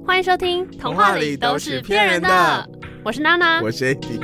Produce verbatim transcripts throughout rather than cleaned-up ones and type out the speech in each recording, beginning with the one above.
欢迎收听《童话里都是骗人的》，我是娜娜， 我是 Eddie。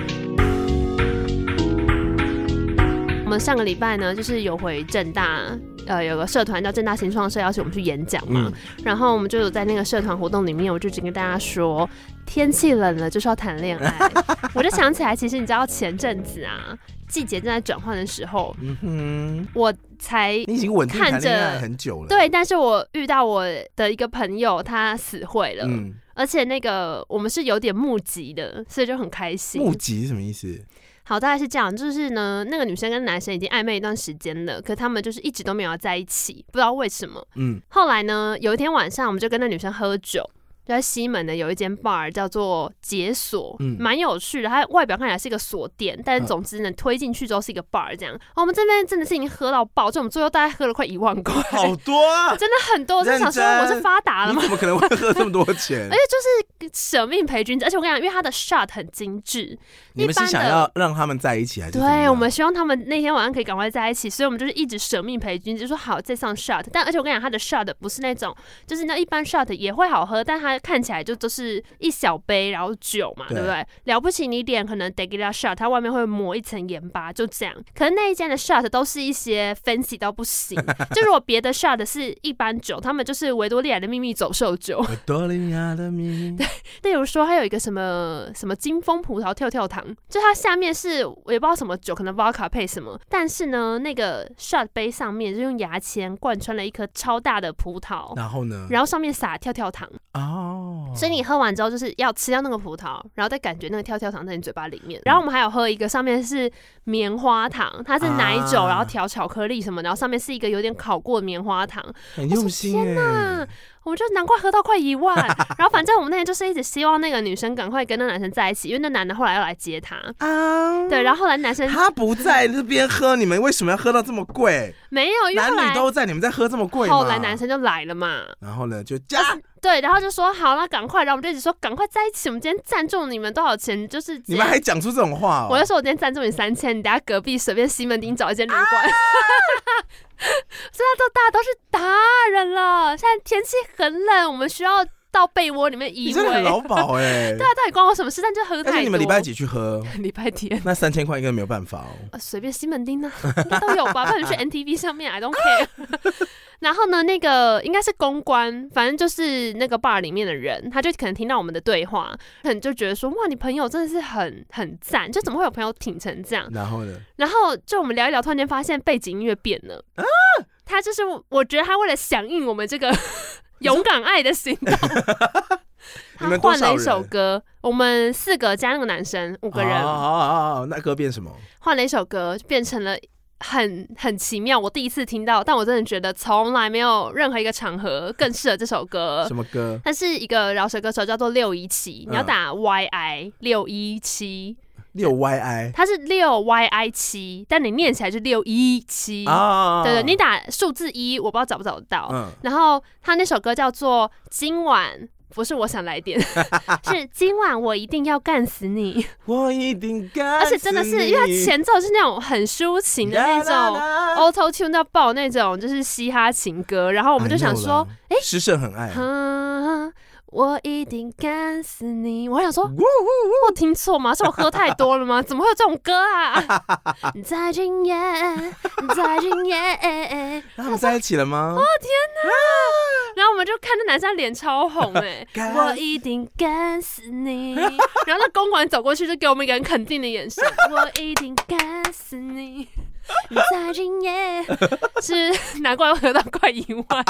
我们上个礼拜呢，就是有回政大。呃，有个社团叫政大新创社，邀请我们去演讲嘛、嗯，然后我们就有在那个社团活动里面，我就只跟大家说，天气冷了就是要谈恋爱。我就想起来，其实你知道前阵子啊，季节正在转换的时候，嗯哼，我才你已经稳定谈恋爱很久了， 对，但是我遇到我的一个朋友，他死会了，嗯，而且那个我们是有点目击的，所以就很开心。 目击是什么意思？ 好，大概是这样，就是呢，那个女生跟男生已经暧昧一段时间了，可他们就是一直都没有在一起，不知道为什么。嗯，后来呢，有一天晚上，我们就跟那女生喝酒，就在西门的有一间 bar 叫做解锁，蛮、嗯、有趣的。它外表看起来是一个锁店，但是总之呢，推进去之后是一个 bar 这样。哦、我们这边真的是已经喝到爆，就我们最后大概喝了快一万块， 好多啊， 真的很多。我就想说我是发达了吗？ 你怎么可能会喝这么多钱？ 而且就是舍命陪君子，而且我跟你讲，因为他的 shot 很精致。 你们是想要让他们在一起还是？ 对，我们希望他们那天晚上可以赶快在一起，所以我们就是一直舍命陪君子，就说好再上 shot。但而且我跟你讲，他的 shot 不是那种，就是那一般 shot 也会好喝，但他看起来就都是一小杯，然后酒嘛， 对, 对不对？了不起你点可能 tequila shot， 它外面会抹一层盐巴，就这样。可是那一间的 shot 都是一些 fancy 到不行，就如果别的 shot 是一般酒，他们就是维多利亚的秘密走兽酒。 维多利亚的秘密。 对，例如说还有一个什么什么金峰葡萄跳跳糖，就它下面是我也不知道什么酒，可能 vodka 配什么，但是呢，那个 shot 杯上面就用牙签贯穿了一颗超大的葡萄， 然后呢， 然后上面撒跳跳糖哦，所以你喝完之后就是要吃掉那个葡萄，然后再感觉那个跳跳糖在你嘴巴里面。然后我们还有喝一个上面是棉花糖，它是奶酒，啊、然后调巧克力什么，然后上面是一个有点烤过的棉花糖， 很用心耶。 天哪！我们就难怪喝到快一万，然后反正我们那天就是一直希望那个女生赶快跟那男生在一起，因为那男的后来要来接她啊。对，然后后来男生他不在这边喝，你们为什么要喝到这么贵？ 没有，因为男女都在，你们在喝这么贵吗？ 后来男生就来了嘛， 然后呢就加。 对，然后就说好了，赶快，然后我们就一直说赶快在一起。我们今天赞助你们多少钱？就是你们还讲出这种话哦！ 我就说我今天赞助你三千，你等下隔壁随便西门町找一间旅馆。啊现在都大家都是达人了，现在天气很冷，我们需要到被窝里面依偎。 你真的很劳保哎！ 对啊，到底关我什么事？但就喝太多。 但是你们礼拜几去喝？ 礼拜天。 那三千块应该没有办法哦。 随、呃、便西门町呢、啊，应该都有吧？不然去 N T V 上面 ，I don't care 。然后呢，那个应该是公关，反正就是那个 bar 里面的人，他就可能听到我们的对话，可能就觉得说，哇，你朋友真的是很很赞，就怎么会有朋友挺成这样？ 然后呢？然后就我们聊一聊，突然间发现背景音乐变了啊！他就是，我觉得他为了响应我们这个勇敢爱的行动。他换了一首歌，我们四个加那个男生五个人。 好好好好，那歌变什么？ 换了一首歌，变成了很很奇妙。我第一次听到，但我真的觉得从来没有任何一个场合更适合这首歌。 什么歌？ 它是一个饶舌歌手，叫做六一七。你要打 Y I 六一七。 六 Y I， 它是六 Y I 七，但你念起来就六一七。哦，对对，你打数字一，我不知道找不找得到。嗯，然后他那首歌叫做《今晚》。不是我想来点，是今晚我一定要干死你， 我一定干死你。 而且真的是，因为它前奏是那种很抒情的那种 auto tune 到爆那种，就是嘻哈情歌。然后我们就想说，哎， 诗圣很爱。 嗯，我一定干死你！我想说，我听错吗？是我喝太多了吗？怎么会有这种歌啊？在今夜，在今夜， 那他们在一起了吗？ 哦天哪！然后我们就看那男生脸超红哎、欸，我一定干死你！然后那公馆走过去就给我们一个很肯定的眼神，我一定干死你！在今夜，是难怪我喝到快一万。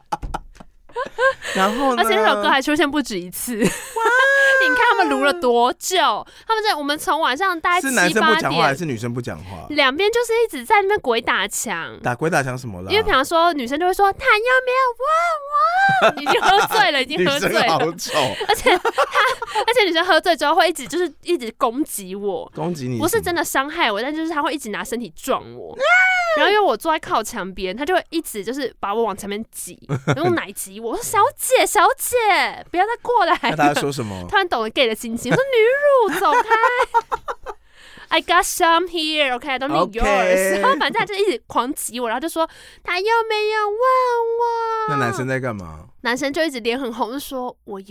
然后呢？ 而且那首歌还出现不止一次。你看他们录了多久？他们在我们从晚上大概七八点， 是男生不讲话还是女生不讲话？ 两边就是一直在那边鬼打墙。 打鬼打墙什么了？ 因为平常说女生就会说他有没有问我？已经喝醉了，已经喝醉了。 女生好丑。 而且他，而且女生喝醉之后会一直就是一直攻击我， 攻击你， 不是真的伤害我，但就是他会一直拿身体撞我。然后因为我坐在靠墙边，他就会一直就是把我往前面挤，用奶挤我。我说小姐，小姐，不要再过来了。 那他说什么？ 突然懂了 gay 的心情，我说女乳走开。I got some here, OK, I don't need yours. Okay. 然后反正他就一直狂挤我，然后就说他有没有问我？ 那男生在干嘛？ 男生就一直脸很红，就说我有。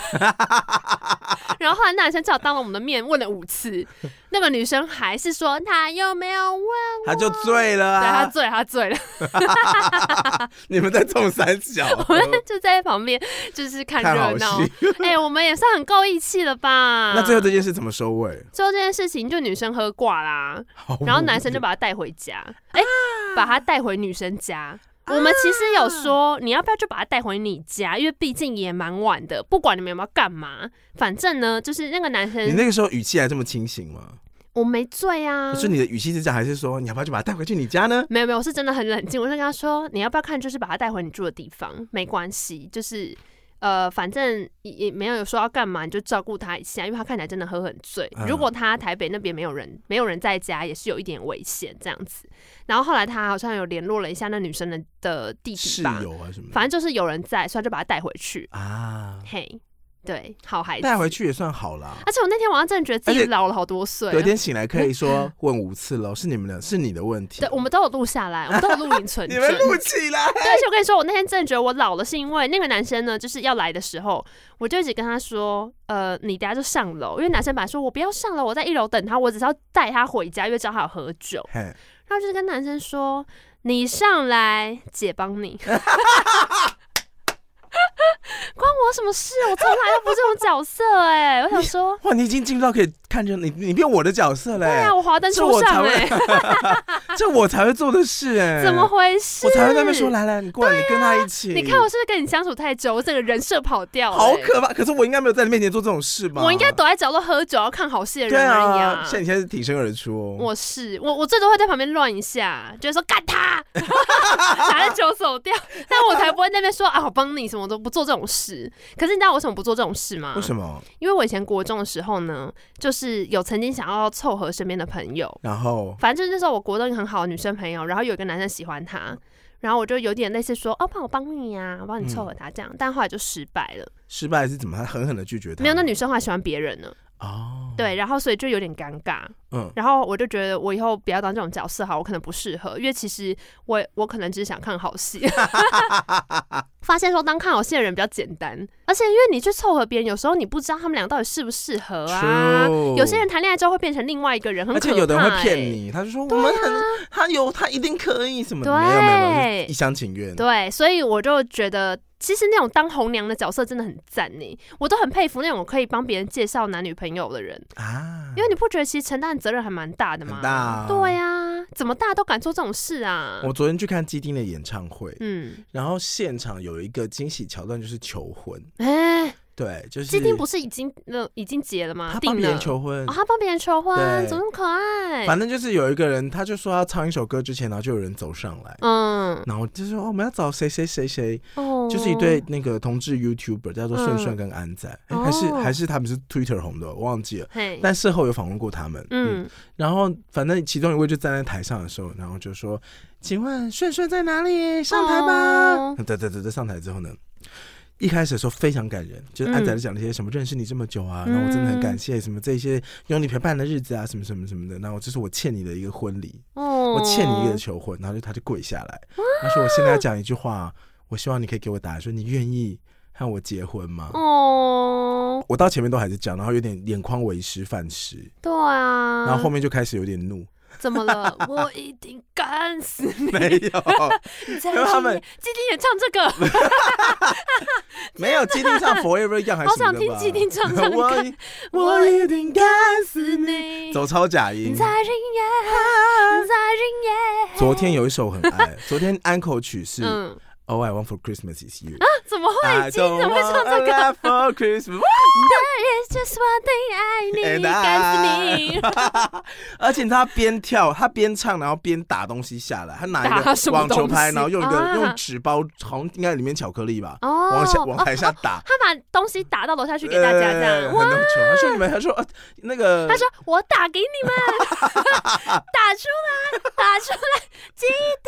然后后来男生只好当了我们的面问了五次，那个女生还是说他有没有问我， 他就醉了啊， 对，他醉，他醉了。 你们在冲三小， 我们就在旁边就是看热闹。哎、欸，我们也算很够义气了吧？ 那最后这件事怎么收尾？ 最后这件事情就女生喝挂啦，然后男生就把她带回家，哎、欸，把她带回女生家。我们其实有说，你要不要就把他带回你家？因为毕竟也蛮晚的，不管你们有没有干嘛，反正呢，就是那个男生。 你那个时候语气还这么清醒吗？ 我没醉啊。 可是你的语气是这样，还是说你要不要就把他带回去你家呢？ 没有没有，我是真的很冷静，我就跟他说，你要不要看，就是把他带回你住的地方，没关系，就是。呃，反正也没有说要干嘛，你就照顾他一下，因为他看起来真的喝很醉。嗯、如果他台北那边没有人，没有人在家，也是有一点危险这样子。然后后来他好像有联络了一下那女生的的弟弟吧， 室友啊什么， 反正就是有人在，所以就把他带回去啊。 嘿。对，好孩子带回去也算好啦。 而且我那天晚上真的觉得自己老了好多岁， 隔天醒来可以说问五次了，是你们的，是你的问题。 对，我们都有录下来，我们都有录影存证。 你们录起来。 对，而且我跟你说，我那天真的觉得我老了，是因为那个男生呢，就是要来的时候，我就一直跟他说，呃，你等一下就上楼，因为男生本来说我不要上楼，我在一楼等他，我只是要带他回家，因为知道他有喝酒。然后就是跟男生说，你上来，姐帮你。关我什么事？我从来都不是这种角色哎、欸！我想说， 哇，你已经进入到可以看着你，你变我的角色嘞、欸！ 对啊，我华灯初上哎、欸， 这我才会做的事哎、欸！ 怎么回事？ 我才会在那边说，来来，你过来，啊、你跟他一起。 你看我是不是跟你相处太久，我整个人设跑掉了、欸， 好可怕！可是我应该没有在你面前做这种事吧？ 我应该躲在角落喝酒，要看好戏的人而已啊！ 现在你现在是挺身而出哦。 我是我，我最多会在旁边乱一下，就是说干他，拿着酒走掉。但我才不会在那边说啊，我帮你什么都不做这种事。可是你知道我为什么不做这种事吗？ 为什么？ 因为我以前国中的时候呢，就是有曾经想要凑合身边的朋友， 然后反正就是那时候我国中很好的女生朋友，然后有一个男生喜欢她，然后我就有点类似说，哦，帮我帮你啊，我帮你凑合他这样、嗯，但后来就失败了。 失败是怎么？他狠狠的拒绝他？ 没有，那女生后来喜欢别人了。哦，对，然后所以就有点尴尬，嗯，然后我就觉得我以后不要当这种角色好，我可能不适合，因为其实我我可能只是想看好戏，发现说当看好戏的人比较简单，而且因为你去凑合别人，有时候你不知道他们俩到底适不适合啊，有些人谈恋爱之后会变成另外一个人，很可怕、欸， 而且有的人会骗你，他就说我们很、啊、他有他一定可以什么的，没有没有，一厢情愿， 对，所以我就觉得。其实那种当红娘的角色真的很赞呢，我都很佩服那种可以帮别人介绍男女朋友的人啊，因为你不觉得其实承担的责任还蛮大的吗？ 很大、啊， 对呀、啊，怎么大家都敢做这种事啊？ 我昨天去看基丁的演唱会，嗯，然后现场有一个惊喜桥段，就是求婚，哎、欸。对，就是基丁不是已经呃已经结了吗？ 他帮别人求婚哦，他帮别人求婚，怎么那么可爱？ 反正就是有一个人，他就说要唱一首歌之前，然后就有人走上来，嗯，然后就说、哦、我们要找谁谁谁谁，哦，就是一对那个同志 YouTuber 叫做顺顺跟安仔，嗯欸、还是、哦、还是他们是 Twitter 红的，我忘记了，但事后有访问过他们，嗯，嗯然后反正其中一位就站在台上的时候，然后就说，请问顺顺在哪里？上台吧。哦、对对对对，上台之后呢？一开始的时候非常感人，就是安仔讲那些什么认识你这么久啊，嗯、然后我真的很感谢什么这些有你陪伴的日子啊，什么什么什么的，然后这是我欠你的一个婚礼，哦，我欠你一个求婚，然后就他就跪下来，他说我现在要讲一句话，我希望你可以给我答案，说你愿意和我结婚吗？哦，我到前面都还是讲，然后有点眼眶为湿泛湿， 对啊， 然后后面就开始有点怒。 怎么了？我一定干死你！ 没有， 你在他们基丁也唱这个， 没有基丁唱 Forever Young 还是什么的吧？ 好想听基丁唱唱看。 我一定干死你，走超假音。 在今夜，在今夜。 昨天有一首很爱，昨天安口曲是。嗯All I want for Christmas is you 啊？怎么会？基丁怎么会唱这个 ？I don't want for Christmas. There is just one thing I need， 干死你！ 而且他边跳，他边唱，然后边打东西下来。他拿一个网球拍，然后用一个、啊、用纸包，好像应该里面巧克力吧，哦、往下往台下打、哦哦。 他把东西打到楼下去给大家，这样、呃、 哇！很他说你们，他说、呃、那个， 他说我打给你们，打出来，打出来，基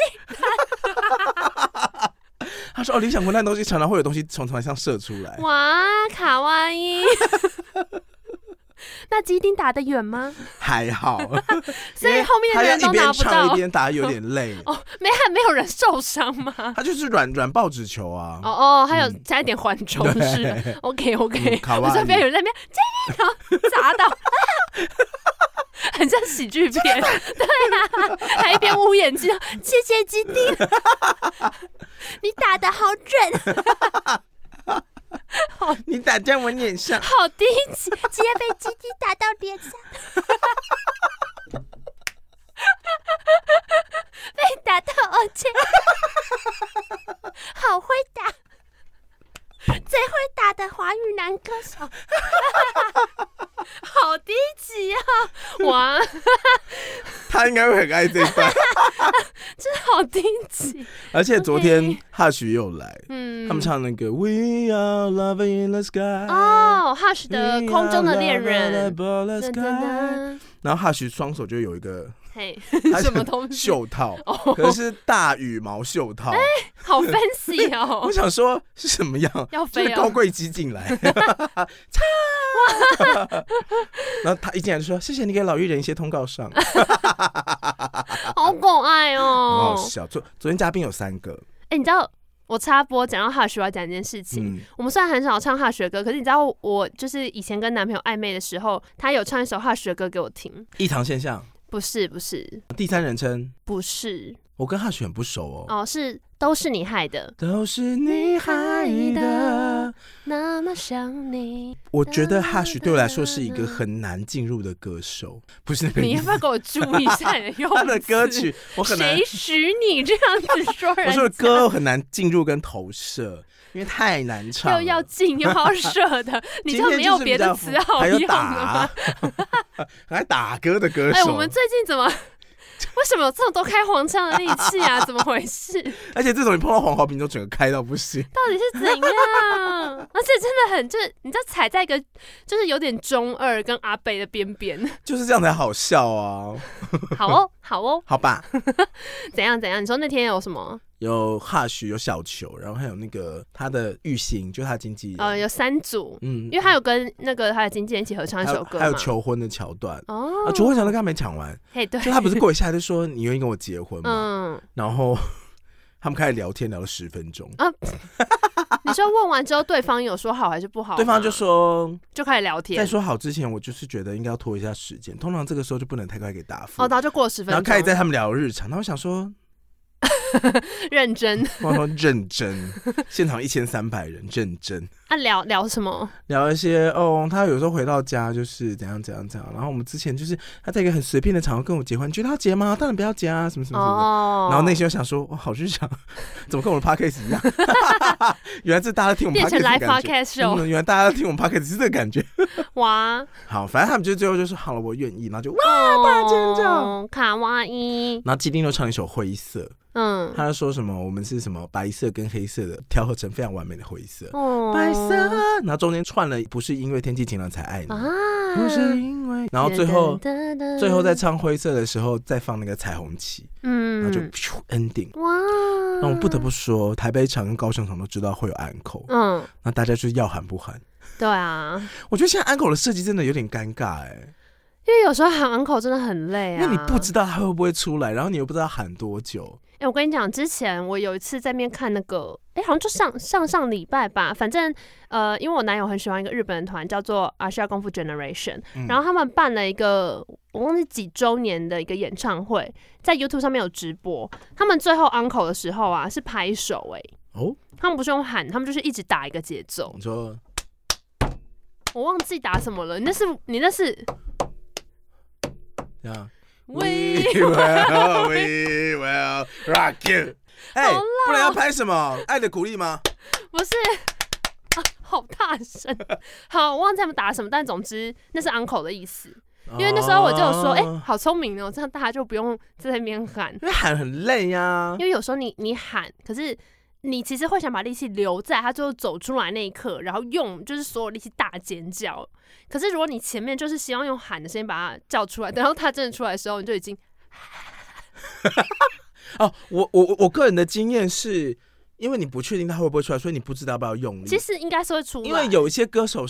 丁。 他说：“哦，理想混蛋东西常常会有东西从台上射出来。” 哇，卡哇伊！ 那基丁打得远吗？ 还好， 所以后面的人都拿不到。 他要一边唱一边打，有点累。 哦，没没有人受伤吗？ 他就是软软报纸球啊。 哦哦，还有加一点缓冲是的。OK OK，、嗯、我这边有人在那边基丁砸到。很像喜剧片，对啊，还一边捂眼睛，谢谢基丁，你打得好准， 好你打在我脸上， 好低级，直接被基丁打到脸上，被打到耳尖，好会打，最会打的华语男歌手。好低级啊！哇， 他应该会很爱这一段， 真的好低级。 而且昨天Hush又来，嗯，他们唱那个 We Are Loving in the Sky， 哦 ，Hush 的空中的恋人， 然后 Hush 双手就有一个。 嘿，什么东西？ 袖套，可是大羽毛袖套，哎、 欸，好 fancy 哦！ 我想说是什么样？ 要飞、哦、 就是高贵鸡进来，然后他一进来就说：“谢谢你给老艺人一些通告上。” 好可爱哦， 很好笑。昨昨天嘉宾有三个， 哎、欸，你知道我插播讲到Hush，我要讲一件事情、嗯。我们虽然很少唱Hush的歌，可是你知道我就是以前跟男朋友暧昧的时候，他有唱一首Hush的歌给我听， 异常现象。 不是不是， 第三人称不是， 我跟Hush很不熟哦。 哦，是都是你害的， 都是你害的， 那么想你。 我觉得Hush对我来说是一个很难进入的歌手，不是那个意思。 你要不要给我注意一下你的用词？ 他的歌曲我很难。 谁许你这样子说人？ 我说的歌很难进入跟投射。因为太难唱了， 又要进又要射的，你就没有别的词好用了吗？ 还打歌的歌手， 哎、欸，我们最近怎么为什么有这么多开黄腔的力气啊？怎么回事？ 而且这种你碰到黄豪平都整个开到不行， 到底是怎样？而且真的很就是你知道踩在一个就是有点中二跟阿北的边边， 就是这样才好笑啊！ 好哦，好哦， 好吧。 怎样怎样？你说那天有什么？ 有Hush，有小球，然后还有那个他的玉兴，就是他经纪人。 呃，有三组，嗯，因为他有跟那个他的经纪人一起合唱一首歌嘛， 还有求婚的桥段。哦，啊、求婚桥段刚没讲完， 嘿，对， 就他不是过一下就说你愿意跟我结婚吗？嗯，然后他们开始聊天，聊了十分钟。啊， 你说问完之后，对方有说好还是不好？ 对方就说就开始聊天。 在说好之前，我就是觉得应该要拖一下时间，通常这个时候就不能太快给答复。 哦，然后就过了十分钟， 然后开始在他们聊日常，然后我想说。 认真， 我说认真，现场一千三百人，认真。 啊，聊聊什么？ 聊一些哦，他有时候回到家就是怎样怎样怎样。然后我们之前就是他在一个很随便的场合跟我结婚，你觉得要结吗？当然不要结啊，什么什么什么的。哦、然后内心又想说，哇，好日常，怎么跟我的 podcast 一样？原来这大家听我们 podcast 变成 live podcast show、 嗯。原来大家听我们 podcast 是这个感觉。 哇， 好，反正他们就最后就说好了，我愿意，然后就哇大尖叫， 卡哇伊。 然后基丁又唱一首灰色。嗯，他就说什么我们是什么白色跟黑色的调和成非常完美的灰色，哦、白色，然后中间串了不是因为天气晴朗才爱你，啊、不是因为，然后最后最后在唱灰色的时候再放那个彩虹旗，嗯，然后就 ending， 哇，那我不得不说台北场跟高雄场都知道会有安口，嗯，那大家就是要喊不喊， 对啊， 我觉得现在安口的设计真的有点尴尬哎、欸。 因为有时候喊安口真的很累啊， 因为你不知道他会不会出来，然后你又不知道喊多久。 哎、欸，我跟你讲，之前我有一次在那边看那个，哎、欸，好像就上上上礼拜吧，反正呃，因为我男友很喜欢一个日本的团，叫做 Asia 功夫 Generation，、嗯、然后他们办了一个我忘记几周年的一个演唱会，在 YouTube 上面有直播。他们最后 encore 的时候啊，是拍手哎、欸，哦，他们不是用喊，他们就是一直打一个节奏。 你说， 我忘记打什么了，你那是你那是这样。We will, we will rock you。哎、欸，不然要拍什么？爱的鼓励吗？ 不是、啊，好大声。好，我忘记他们打什么，但总之那是 uncle 的意思。因为那时候我就有说，哎、欸，好聪明哦，这样大家就不用在那边喊， 因为喊很累呀、啊。 因为有时候你你喊，可是你其实会想把力气留在他最后走出来那一刻，然后用就是所有力气大尖叫。可是如果你前面就是希望用喊的声音把他叫出来，等到他真的出来的时候，你就已经哦，我我我个人的经验是，因为你不确定他会不会出来，所以你不知道要不要用力。 其实应该是会出来， 因为有一些歌手是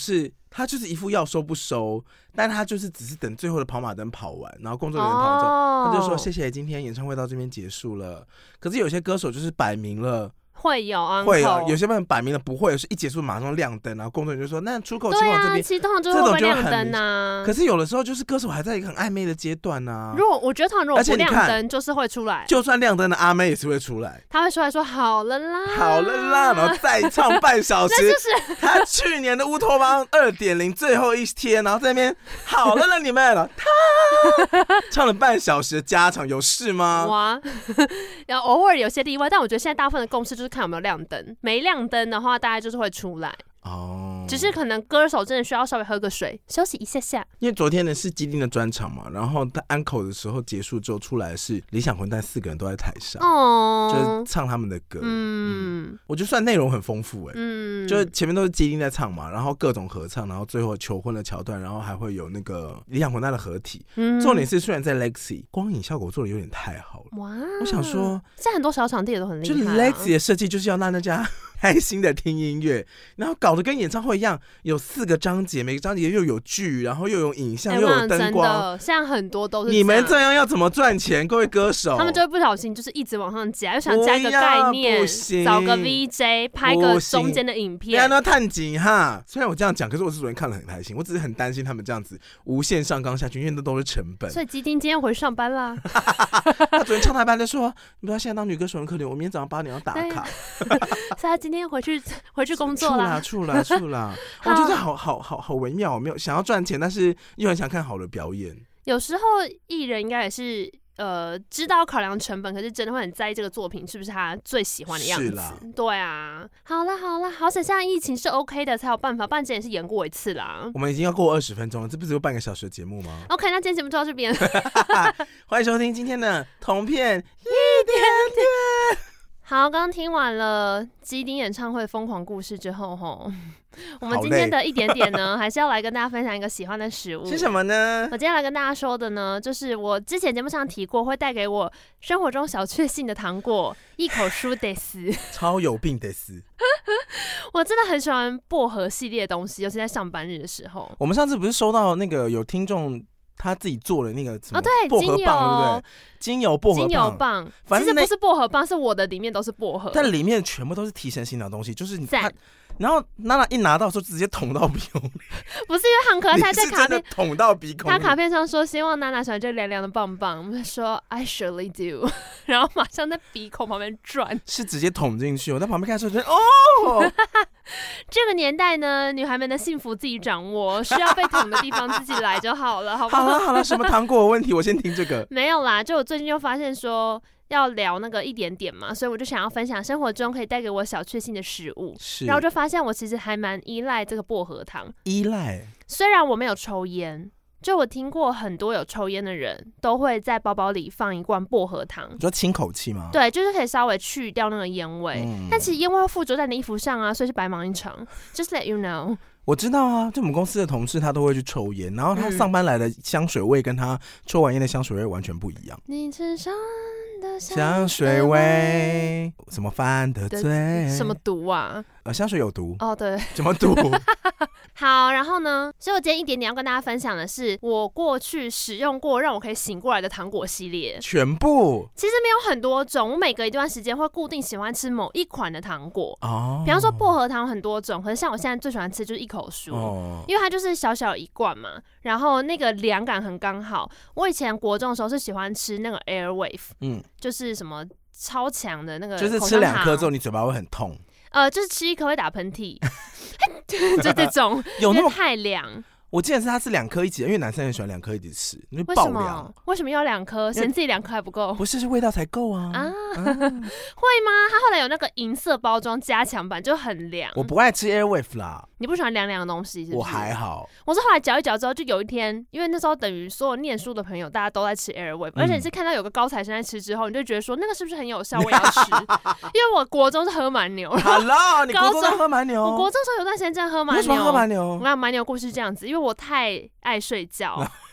他就是一副要收不收，但他就是只是等最后的跑马灯跑完，然后工作人员跑完之后，哦、他就说谢谢，今天演唱会到这边结束了。可是有些歌手就是摆明了。 会有啊， 会有，有些人摆明了不会，是一结束马上亮灯，然后工作人员就说那出口请往这边， 对啊，其实通常就会亮灯啊。 可是有的时候就是歌手还在一个很暧昧的阶段啊。 如果我觉得通常如果不亮灯，就是会出来， 就算亮灯的阿妹也是会出来， 他会出来说好了啦， 好了啦，然后再唱半小时。 那就是他去年的乌托邦 二点零 最后一天，然后在那边好了啦你们，他唱了半小时的加场，有事吗？ 哇，然后偶尔有些例外，但我觉得现在大部分的共识就是看有没有亮灯。没亮灯的话，大概就是会出来哦。只是可能歌手真的需要稍微喝个水，休息一下下。 因为昨天呢是基丁的专场嘛，然后他安口的时候结束之后出来的是理想混蛋四个人都在台上，哦，就是唱他们的歌。嗯，嗯我觉得算内容很丰富哎、欸。嗯，就是前面都是基丁在唱嘛，然后各种合唱，然后最后求婚的桥段，然后还会有那个理想混蛋的合体。嗯，重点是虽然在 Lexi 光影效果做的有点太好了，哇！我想说， 现在很多小场地也都很厉害、啊， 就是 Lexi 的设计就是要让大家开心的听音乐，然后搞得跟演唱会一样，有四个章节，每个章节又有剧，然后又有影像，欸、又有灯光。 现在很多都是这样。 你们这样要怎么赚钱，各位歌手？ 他们就会不小心就是一直往上加，又想加一个概念，找个 V J 拍个中间的影片。 不要那探景哈。虽然我这样讲，可是我是昨天看了很开心，我只是很担心他们这样子无限上纲下去，因为那都是成本。 所以基丁今天回去上班啦。 他昨天唱台班就说：“你不知道现在当女歌手很可怜，我明天早上八点要打卡。” 所以他今天回去。回去工作啦， 处啦处啦，我觉得好好好好微妙，没有想要赚钱，但是又很想看好的表演。 有时候艺人应该也是呃知道考量成本，可是真的会很在意这个作品是不是他最喜欢的样子。是啦，对啊。好啦好啦，好险现在疫情是 OK 的，才有办法，不然之前也是演过一次啦。 我们已经要过二十分钟了，这不是有半个小时的节目吗 ？OK， 那今天节目就到这边。 欢迎收听今天的同片一点点。 好，刚刚听完了基丁演唱会疯狂故事之后，吼，我们今天的一点点呢，还是要来跟大家分享一个喜欢的食物。 是什么呢？ 我今天来跟大家说的呢，就是我之前节目上提过，会带给我生活中小确幸的糖果——一口酥得斯。 超有病得斯！ 我真的很喜欢薄荷系列的东西，尤其在上班日的时候。 我们上次不是收到那个有听众。他自己做的那个什么薄荷棒， 对不对？精油薄荷棒， 精油棒，其实不是薄荷棒，是我的里面都是薄荷， 但里面全部都是提神醒脑的东西，就是你他，然后娜娜一拿到的时候直接捅到鼻孔里， 不是因为很可爱，他在卡片捅到鼻孔里， 他卡片上说希望娜娜喜欢这凉凉的棒棒，我们说 I surely do， 然后马上在鼻孔旁边转， 是直接捅进去，我在旁边看的时候觉得哦。 这个年代呢，女孩们的幸福自己掌握，需要被捅的地方自己来就好了，好不好？ 好了好了，什么糖果的问题，我先听这个。 没有啦，就我最近就发现说要聊那个一点点嘛，所以我就想要分享生活中可以带给我小确幸的食物。是，然后就发现我其实还蛮依赖这个薄荷糖。 依赖？ 虽然我没有抽烟。就我听过很多有抽烟的人都会在包包里放一罐薄荷糖， 你说清口气吗？ 对，就是可以稍微去掉那个烟味，嗯、但其实烟味会附着在你的衣服上啊，所以是白忙一场。Just let you know。 我知道啊，就我们公司的同事他都会去抽烟，然后他上班来的香水味跟他抽完烟的香水味完全不一样。 你身上的香水味，什么犯的罪？ 什么毒啊？ 呃，香水有毒哦，对， 怎么毒？ 好，然后呢？所以我今天一点点要跟大家分享的是，我过去使用过让我可以醒过来的糖果系列， 全部。 其实没有很多种，我每隔一段时间会固定喜欢吃某一款的糖果。哦。比方说薄荷糖很多种，可是像我现在最喜欢吃就是一口酥，哦、因为它就是小小一罐嘛，然后那个凉感很刚好。我以前国中的时候是喜欢吃那个 Airwave， 嗯，就是什么超强的那个口香糖， 就是吃两颗之后你嘴巴会很痛。 呃，就是吃一颗会打喷嚏，就这种， 有那么太凉。 我记得是他是两颗一起，因为男生很喜欢两颗一起吃，因为爆凉。 为什么要两颗？嫌自己两颗还不够？ 不是，是味道才够啊！啊， 会吗？它后来有那个银色包装加强版，就很凉。 我不爱吃 Airwave 啦。 你不喜欢凉凉的东西是不是？ 我还好。 我是后来嚼一嚼之后，就有一天，因为那时候等于所有念书的朋友大家都在吃 Airwave，、嗯、而且是看到有个高材生在吃之后，你就觉得说那个是不是很有效？我也要吃，因为我国中是喝蛮牛。 Hello， 你国中在喝蛮牛？ 我国中时候有段时间真的喝蛮牛。 为什么喝蛮牛？ 我讲蛮牛故事是这样子，因为我太爱睡觉，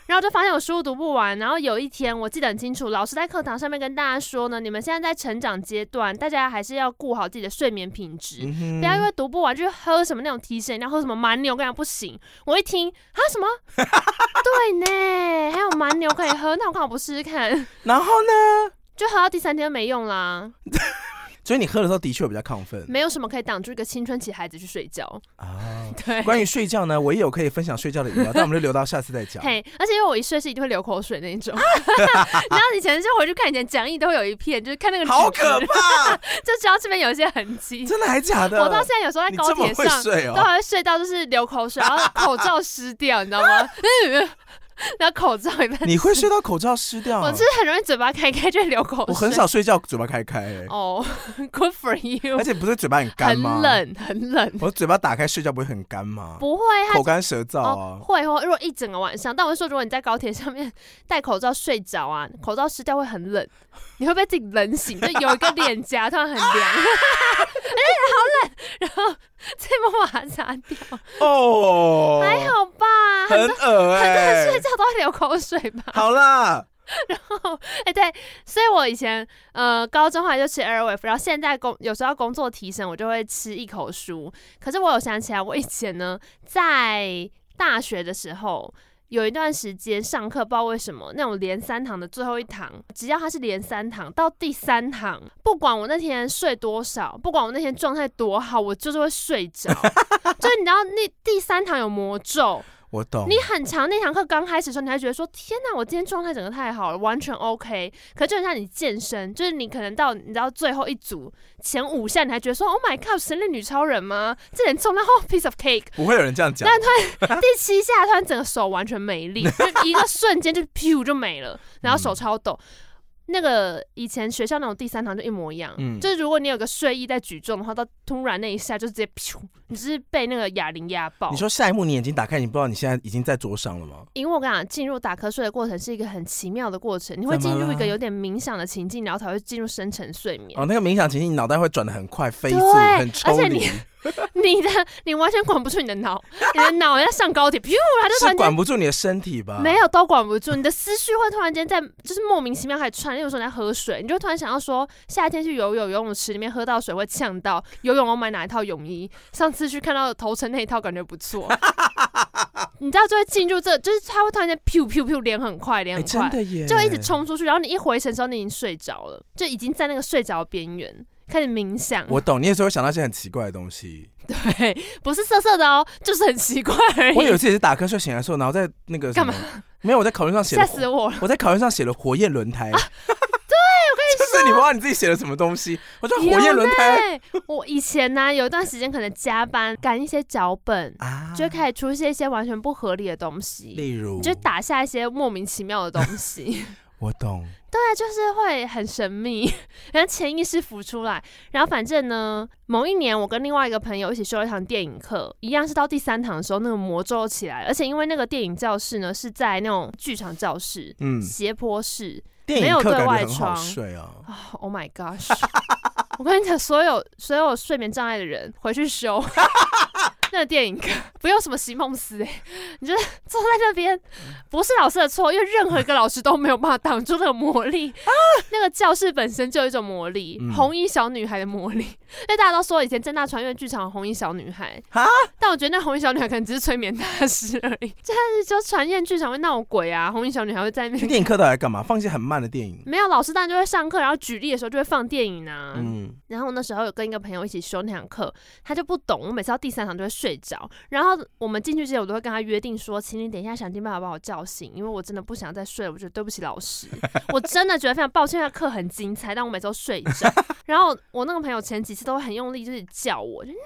然后就发现我书读不完。然后有一天我记得很清楚，老师在课堂上面跟大家说呢，你们现在在成长阶段，大家还是要顾好自己的睡眠品质，嗯、不要因为读不完就喝什么那种提神饮料，喝什么蛮牛，我跟你讲不行。我一听啊什么，对呢，还有蛮牛可以喝，那我刚好不试试看。 然后呢， 就喝到第三天没用啦。 所以你喝的时候的确比较亢奋， 没有什么可以挡住一个青春期孩子去睡觉啊。对， 关于睡觉呢，我也有可以分享睡觉的饮料，但我们就留到下次再讲。 嘿，而且因为我一睡是一定会流口水那一种。然后以前就回去看以前讲义都会有一片，就是看那个纸好可怕， 就知道这边有一些痕迹。 真的还假的？ 我到现在有时候在高铁上、 哦、 都还会睡到就是流口水，然后口罩湿掉，你知道吗？然后口罩一半， 你会睡到口罩湿掉、啊？ 我是很容易嘴巴开开就会流口水。 我很少睡觉嘴巴开开、欸。 哦、oh, ，Good for you。 而且不是嘴巴很干吗？ 很冷，很冷。 我嘴巴打开睡觉不会很干吗？ 不会， 口干舌燥啊。 哦、会会，如果一整个晚上，但我会说，如果你在高铁上面戴口罩睡着啊，口罩湿掉会很冷，你会被自己冷醒，就有一个脸颊突然很凉，哎、欸，好冷，然后再把它擦掉。哦，还好吧， 很恶哎、欸， 很多人睡觉都会流口水吧？ 好啦。 然后，哎、欸，对，所以我以前呃高中后来就吃 Airwave， 然后现在工有时候要工作提神，我就会吃一口书。可是我有想起来，我以前呢在大学的时候。有一段时间上课，不知道为什么那种连三堂的最后一堂，只要它是连三堂，到第三堂，不管我那天睡多少，不管我那天状态多好，我就是会睡着。就是你知道，那第三堂有魔咒。 我懂。 你很长那堂课刚开始的时候，你还觉得说天哪，我今天状态整个太好了，完全 OK。可是就很像你健身，就是你可能到你知道最后一组前五下，你还觉得说 Oh my God， 神力女超人吗？这人中到后 piece of cake， 不会有人这样讲。 但突然第七下，突然整个手完全没力，就一个瞬间就噗就没了，然后手超抖。嗯那个以前学校那种第三堂就一模一样，嗯、就是如果你有个睡意在举重的话，到突然那一下就直接噗，你就是被那个哑铃压爆。 你说下一幕你眼睛打开，你不知道你现在已经在桌上了吗？ 因为我跟你讲，进入打瞌睡的过程是一个很奇妙的过程，你会进入一个有点冥想的情境，然后才会进入深层睡眠。 哦，那个冥想情境，你脑袋会转得很快，飞速，很抽离。 你的你完全管不住你的脑，你的脑要上高铁，噗，它就突然是管不住你的身体吧？ 没有，都管不住，你的思绪会突然间在，就是莫名其妙开始串。例如说你在喝水，你就突然想要说，夏天去游泳，游泳池里面喝到水会呛到，游泳我买哪一套泳衣？上次去看到头城那一套，感觉不错。你知道就会进入这，就是它会突然间噗噗噗，连很快，连很快， 欸、真的耶， 就一直冲出去，然后你一回神的时候，你已经睡着了，就已经在那个睡着边缘。开始冥想， 我懂，你有时候会想到一些很奇怪的东西， 对，不是色色的哦，就是很奇怪而已。 我有一次也是打瞌睡醒来的时候，然后在那个干嘛？ 没有，我在考卷上写了， 吓死我了！ 我在考卷上写了火焰轮胎。 啊对，我跟你说， 就是你不知道你自己写了什么东西，我说火焰轮胎。 我以前呢、啊，有一段时间可能加班赶一些脚本啊，就会开始出现一些完全不合理的东西， 例如就打下一些莫名其妙的东西。 我懂。 对，就是会很神秘，然后潜意识浮出来。然后反正呢，某一年我跟另外一个朋友一起修了一堂电影课，一样是到第三堂的时候，那个魔咒起来，而且因为那个电影教室呢是在那种剧场教室，嗯，斜坡式，没有对外窗。 睡啊 ！Oh my gosh！ 我跟你讲，所有所有睡眠障碍的人回去修。那个电影课不用什么席梦思哎、欸，你就坐在那边，不是老师的错，因为任何一个老师都没有办法挡住那个魔力。啊、那个教室本身就有一种魔力，嗯、红衣小女孩的魔力。因为大家都说以前政大传院剧场有红衣小女孩，但我觉得那红衣小女孩可能只是催眠大师而已。就是就传院剧场会闹鬼啊，红衣小女孩会在那边。 电影课到底干嘛？放一些很慢的电影？ 没有，老师当然就会上课，然后举例的时候就会放电影啊。嗯，然后那时候有跟一个朋友一起修那堂课，他就不懂，我每次到第三堂就会睡着，然后我们进去之前，我都会跟他约定说，请你等一下想尽办法把我叫醒，因为我真的不想再睡了，我觉得对不起老师，我真的觉得非常抱歉，他课很精彩，但我每次都睡着。然后我那个朋友前几次都很用力，就是叫我，就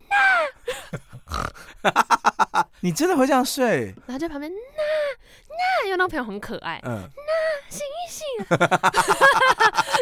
那那，你真的会这样睡？ 然后就旁边那那，因为那个朋友很可爱，嗯，那醒一醒，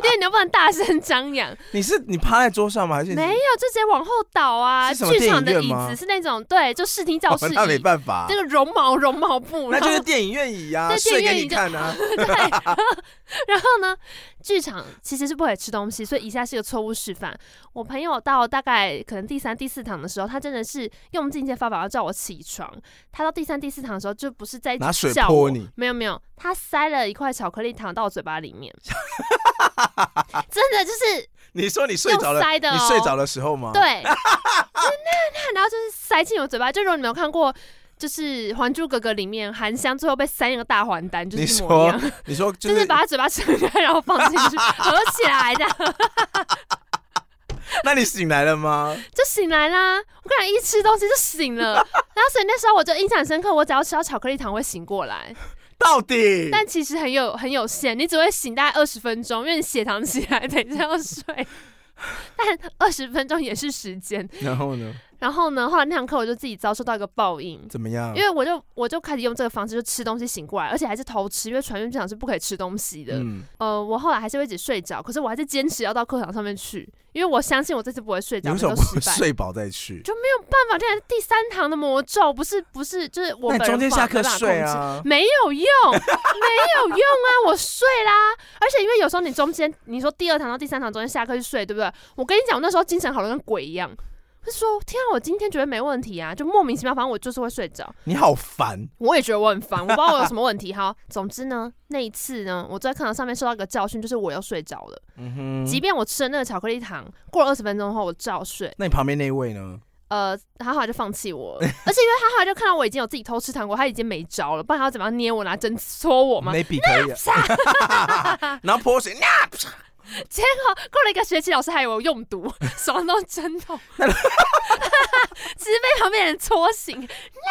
因为你又不能大声张扬。 你是你趴在桌上吗？还是没有，就直接往后倒啊。剧场的椅子是那种对，就视听教室椅， 那没办法， 这个绒毛绒毛布， 那就是电影院椅啊，睡给你看啊。 对，然后呢，剧场其实是不可以吃东西，所以以下是个错误示范。我朋友到大概可能第三、第四堂的时候，他真的是用尽一切方法要叫我起床。他到第三、第四堂的时候，就不是在拿水泼你， 没有没有，他塞了一块巧克力糖到我嘴巴里面，真的就是你说你睡着了， 塞的哦、 你睡着的时候吗？ 对，那那然后就是塞进我嘴巴，就如果你没有看过。就是《还珠格格》里面韩香最后被塞那个大还丹，就是一模一样。 你说，你说、 就是，就是把他嘴巴撑开，然后放进去，合起来这样。 那你醒来了吗？ 就醒来啦！我刚才一吃东西就醒了，然后所以那时候我就印象深刻，我只要吃到巧克力糖会醒过来。 到底？ 但其实很有很有限，你只会醒大概二十分钟，因为你血糖起来，等一下要睡。但二十分钟也是时间。 然后呢？ 然后呢？后来那堂课我就自己遭受到一个报应。 怎么样？ 因为我就我就开始用这个方式，就吃东西醒过来，而且还是偷吃，因为传院剧场是不可以吃东西的。嗯。呃，我后来还是会一直睡着，可是我还是坚持要到课堂上面去，因为我相信我这次不会睡着。 你为什么不睡饱再去？ 就没有办法，这是第三堂的魔咒，不是不是，就是我本人中间下课睡啊， 没有用，没有用啊，我睡啦。而且因为有时候你中间，你说第二堂到第三堂中间下课去睡，对不对？我跟你讲，我那时候精神好的跟鬼一样。就说天啊，我今天觉得没问题啊，就莫名其妙，反正我就是会睡着。 你好烦， 我也觉得我很烦，我不知道我有什么问题。好，总之呢，那一次呢，我在课堂上面受到一个教训，就是我又睡着了。嗯哼，即便我吃了那个巧克力糖，过了二十分钟后我照睡。 那你旁边那一位呢？ 呃，他后来就放弃我了，而且因为他后来就看到我已经有自己偷吃糖果，他已经没招了，不然他要怎么样捏我，拿针戳我吗？ 没笔可以啊。然后泼水。 结果过了一个学期，老师还以为我用毒，手上都是针痛，只是被旁边人戳醒。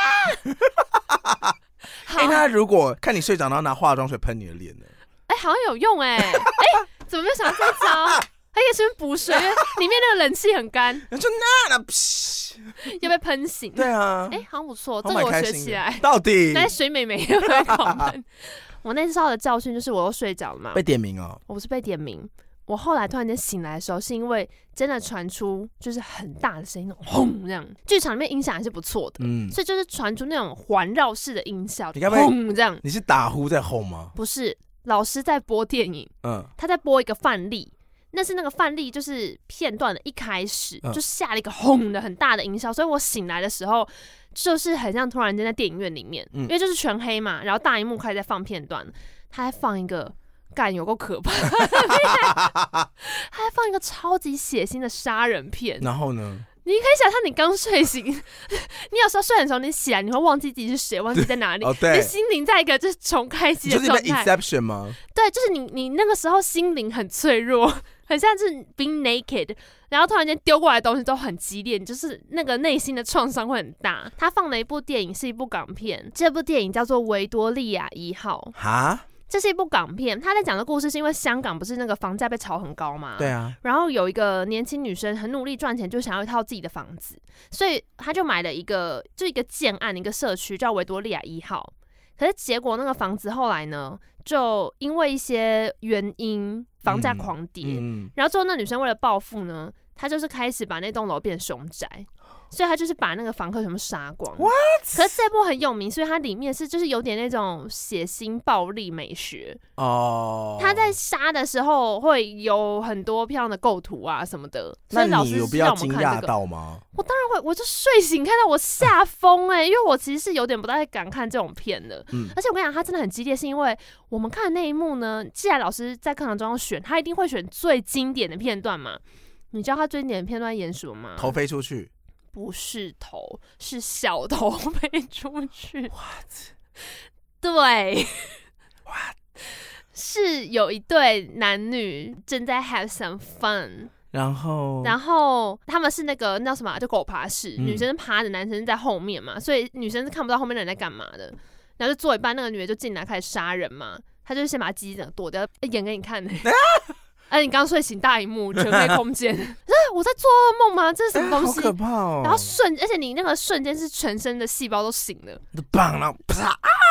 哎、欸，他如果看你睡着，然后拿化妆水喷你的脸呢？ 哎、欸，好像有用哎、欸！哎、欸，怎么没有想到这招？他可以顺便补水，因为里面那个冷气很干， 就那那又被喷醒。 对啊， 哎、欸，好像不错，这个我学起来。 到底？ 那水美眉又被狂喷。我那次受到的教训就是我又睡着了嘛， 被点名哦。 我不是被点名。我后来突然间醒来的时候，是因为真的传出就是很大的声音，那种轰这样。剧场里面音响还是不错的，嗯，所以就是传出那种环绕式的音效，轰这样。 你是打呼在轰吗？ 不是，老师在播电影，嗯，他在播一个范例，那是那个范例就是片段的一开始、嗯、就下了一个轰的很大的音效，所以我醒来的时候就是很像突然间在电影院里面，嗯、因为就是全黑嘛，然后大荧幕开始在放片段，他还放一个。干有够可怕他还放一个超级血腥的杀人片。 然后呢？ 你可以想象，你刚睡醒，你有时候睡很熟，你起来你会忘记自己是谁，忘记在哪里， 哦、 你的心灵在一个就是重开机的状态。 就是 Inception 吗？ 对，就是你你那个时候心灵很脆弱，很像是 being naked， 然后突然间丢过来的东西都很激烈，就是那个内心的创伤会很大。他放的一部电影是一部港片，这部电影叫做《维多利亚一号》。哈？这是一部港片，他在讲的故事是因为香港不是那个房价被炒很高嘛？ 对啊。 然后有一个年轻女生很努力赚钱，就想要一套自己的房子，所以他就买了一个就一个建案一个社区叫维多利亚一号。可是结果那个房子后来呢，就因为一些原因房价狂跌，嗯嗯、然后最后那女生为了报复呢，她就是开始把那栋楼变凶宅。所以他就是把那个房客全部杀光。 What？ 可是这部很有名，所以它里面是就是有点那种血腥暴力美学哦。他、oh. 在杀的时候会有很多漂亮的构图啊什么的。所以老师那你有必要惊讶到吗？ 我当然会，我就睡醒看到我吓疯哎，因为我其实是有点不太敢看这种片的。嗯，而且我跟你讲，他真的很激烈，是因为我们看的那一幕呢，既然老师在课堂中要选，他一定会选最经典的片段嘛。你知道他最经典的片段演什么吗？ 头飞出去。 不是头，是小头飞出去。 What？ 对 ，What？ 是有一对男女正在 have some fun， 然后， 然后他们是那个那叫什么，就狗爬式，嗯、女生是趴着，男生在后面嘛，所以女生是看不到后面的人在干嘛的。然后就做一半，那个女的就进来开始杀人嘛，她就先把鸡整个剁掉，演给你看的、欸。哎、啊，你刚睡醒，大荧幕，全黑空间，我在做噩梦吗？这是什么东西？ 欸、好可怕哦！ 然后瞬，而且你那个瞬间是全身的细胞都醒了， 棒，然后啪啊！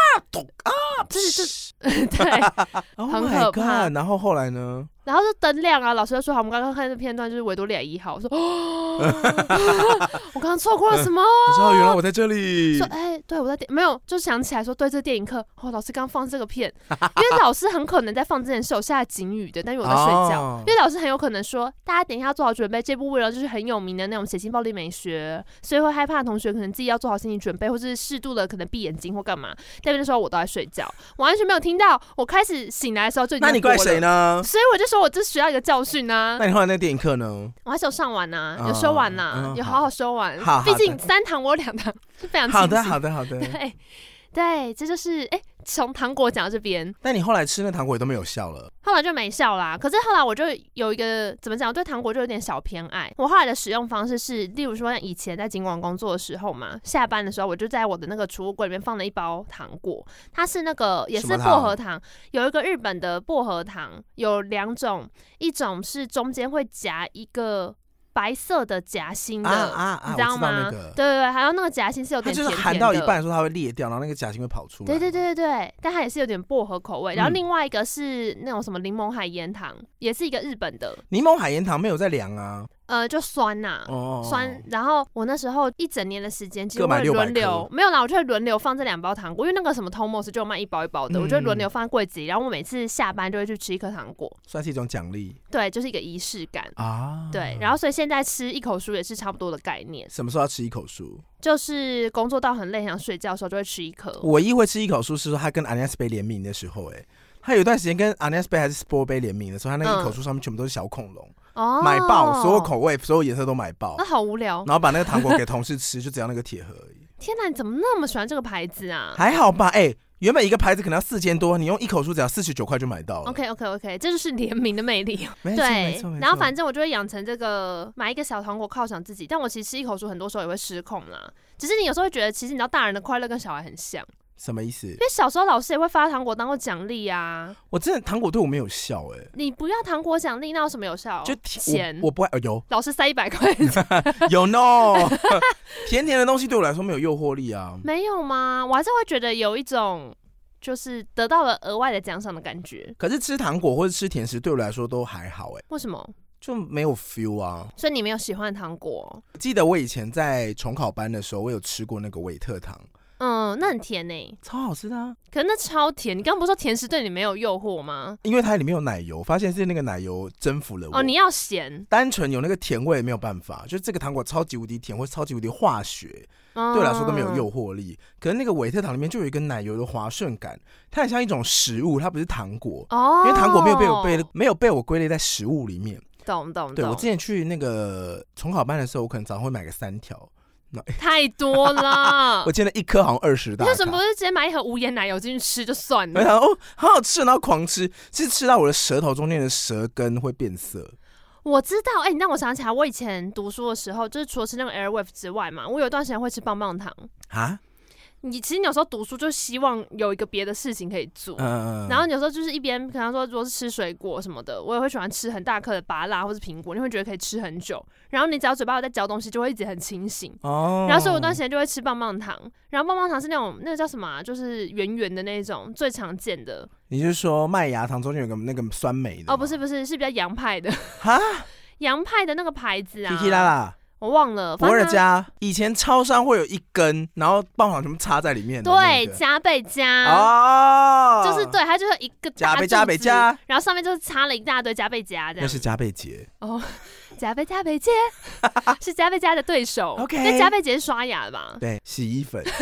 咚啊， 就是对，很可怕。 然后后来呢？ 然后就灯亮啊，老师就说好，我们刚刚看的片段就是维多利亚一号。我说哦，我刚刚错过了什么？ 我说原来我在这里。 说哎、欸，对我在电没有，就想起来说对，这个电影课哦，老师刚放这个片，因为老师很可能在放之前是有下警语的，但是我在睡觉，哦、因为老师很有可能说大家等一下做好准备，这部为了就是很有名的那种血腥暴力美学，所以会害怕的同学可能自己要做好心理准备，或是适度的可能闭眼睛或干嘛。但那时候我都在睡觉，我完全没有听到。我开始醒来的时候就已经过了。那你怪谁呢？所以我就说我这学到一个教训啊。 那你后来那电影课呢？ 我还是有上完啊，有修完啊，嗯、有好好修完。 好， 毕竟三堂我有两堂是非常清醒。 好的，好的，好的。 对，对，这就是哎，从、欸、糖果讲到这边。 但你后来吃那糖果也都没有效了。 后来就没效啦。可是后来我就有一个怎么讲，我对糖果就有点小偏爱。我后来的使用方式是，例如说像以前在景广工作的时候嘛，下班的时候我就在我的那个储物柜里面放了一包糖果，它是那个也是薄荷糖，有一个日本的薄荷糖，有两种，一种是中间会夹一个白色的夹心的， 啊啊啊、 你知道吗？ 道那个、 对对对，还有那个夹心是有点甜甜的， 它就是含到一半的时候它会裂掉，然后那个夹心会跑出来。 对对对对对，但它也是有点薄荷口味。然后另外一个是那种什么柠檬海盐糖，也是一个日本的。 柠檬海盐糖没有在量啊。 呃，就酸呐、啊哦， 酸。然后我那时候一整年的时间，几乎会轮流，没有啦，我就会轮流放这两包糖果，因为那个什么 Tomos 就有卖一包一包的，嗯、我就会轮流放在柜子里。然后我每次下班就会去吃一颗糖果， 算是一种奖励。 对，就是一个仪式感啊。 对，然后所以现在吃一口酥也是差不多的概念。 什么时候要吃一口酥？ 就是工作到很累想睡觉的时候就会吃一颗。 我唯一会吃一口酥是说他跟 Agnes Bay 联名的时候、欸，哎。他有一段时间跟 Agnes Bay 还是 Sport Bay 联名的时候，他那个一口酥上面全部都是小恐龙、嗯，买爆，所有口味、所有颜色都买爆。 那好无聊。 然后把那个糖果给同事吃，就只要那个铁盒而已。 天哪，你怎么那么喜欢这个牌子啊？ 还好吧，哎、欸，原本一个牌子可能要四千多，你用一口酥只要四十九块就买到了。 OK OK OK， 这就是联名的魅力。 对， 然后反正我就会养成这个买一个小糖果犒赏自己，但我其实吃一口酥很多时候也会失控啦。只是你有时候会觉得，其实你知道大人的快乐跟小孩很像。 什么意思？因为小时候老师也会发糖果当做奖励啊。 我真的糖果对我没有效哎、欸。 你不要糖果奖励，那有什么有效？ 就钱， 我, 我不爱、呃、有。 老师塞一百块， 有 no 甜甜的东西对我来说没有诱惑力啊。 没有吗？我还是会觉得有一种就是得到了额外的奖赏的感觉。 可是吃糖果或者吃甜食对我来说都还好哎、欸。 为什么？ 就没有 feel 啊。 所以你没有喜欢的糖果？ 记得我以前在重考班的时候，我有吃过那个维特糖。 嗯，那很甜呢、欸， 超好吃的啊！ 可是那超甜，你刚刚不是说甜食对你没有诱惑吗？ 因为它里面有奶油，发现是那个奶油征服了我。 哦，你要咸， 单纯有那个甜味没有办法，就这个糖果超级无敌甜，或超级无敌化学，嗯、对我来说都没有诱惑力。可是那个维特糖里面就有一个奶油的滑顺感，它很像一种食物，它不是糖果哦，因为糖果没有被我被没有被我归类在食物里面。 懂懂懂。 对，我之前去那个重考班的时候，我可能早上会买个三条。 太多了， 我记得一颗好像二十大卡。 为什么不是直接买一盒无盐奶油进去吃就算了？ 我想哦，好好吃，然后狂吃，是吃到我的舌头中间的舌根会变色。 我知道，哎、欸，你让我想起来，我以前读书的时候，就是除了吃那个 Airwave 之外嘛，我有一段时间会吃棒棒糖啊。你其实你有时候读书就希望有一个别的事情可以做，嗯、然后有时候就是一边可能说如果是吃水果什么的，我也会喜欢吃很大颗的芭乐或是苹果，你会觉得可以吃很久，然后你只要嘴巴有在嚼东西就会一直很清醒，哦、然后所以我有段时间就会吃棒棒糖，然后棒棒糖是那种那个叫什么、啊，就是圆圆的那种最常见的。 你是说麦芽糖中间有个那个酸梅的？ 哦，不是不是，是比较洋派的哈，洋派的那个牌子啊。 Kiki 啦啦。 我忘了， 博尔家以前超商会有一根，然后棒棒糖全部插在里面的、那個。对，加倍加哦， 就是对，它就是一个加倍加倍加， 然后上面就是插了一大堆加倍加这样。 那是加倍节哦，加倍加倍节是加倍加的对手。 OK， 那加倍节是刷牙的吧？ 对，洗衣粉。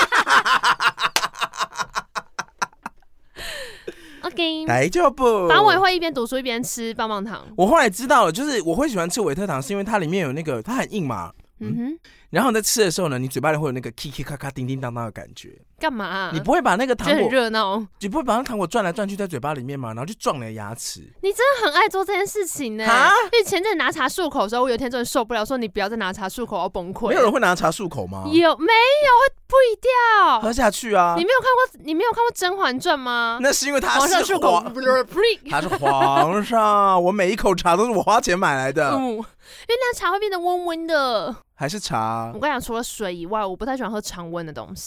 OK， 大丈夫。 反正我也会一边读书一边吃棒棒糖。 我后来知道了，就是我会喜欢吃维特糖，是因为它里面有那个，它很硬嘛。嗯, 嗯哼。然后你在吃的时候呢，你嘴巴里会有那个 kiki 咔咔叮叮当当的感觉。 干嘛、啊？ 你不会把那个糖果很热闹， 你不会把那糖果转来转去在嘴巴里面吗？然后就撞你的牙齿。 你真的很爱做这件事情呢、欸。因为前阵拿茶漱口的时候，我有一天真的受不了，说你不要再拿茶漱口，我要崩溃。 没有人会拿茶漱口吗？ 有没有会退掉？ 喝下去啊！ 你没有看过你没有看过《甄嬛传》吗？ 那是因为他是漱口， 他是皇上，我每一口茶都是我花钱买来的。 嗯，因为那茶会变得温温的。 还是茶？ 我跟你讲，除了水以外，我不太喜欢喝常温的东西。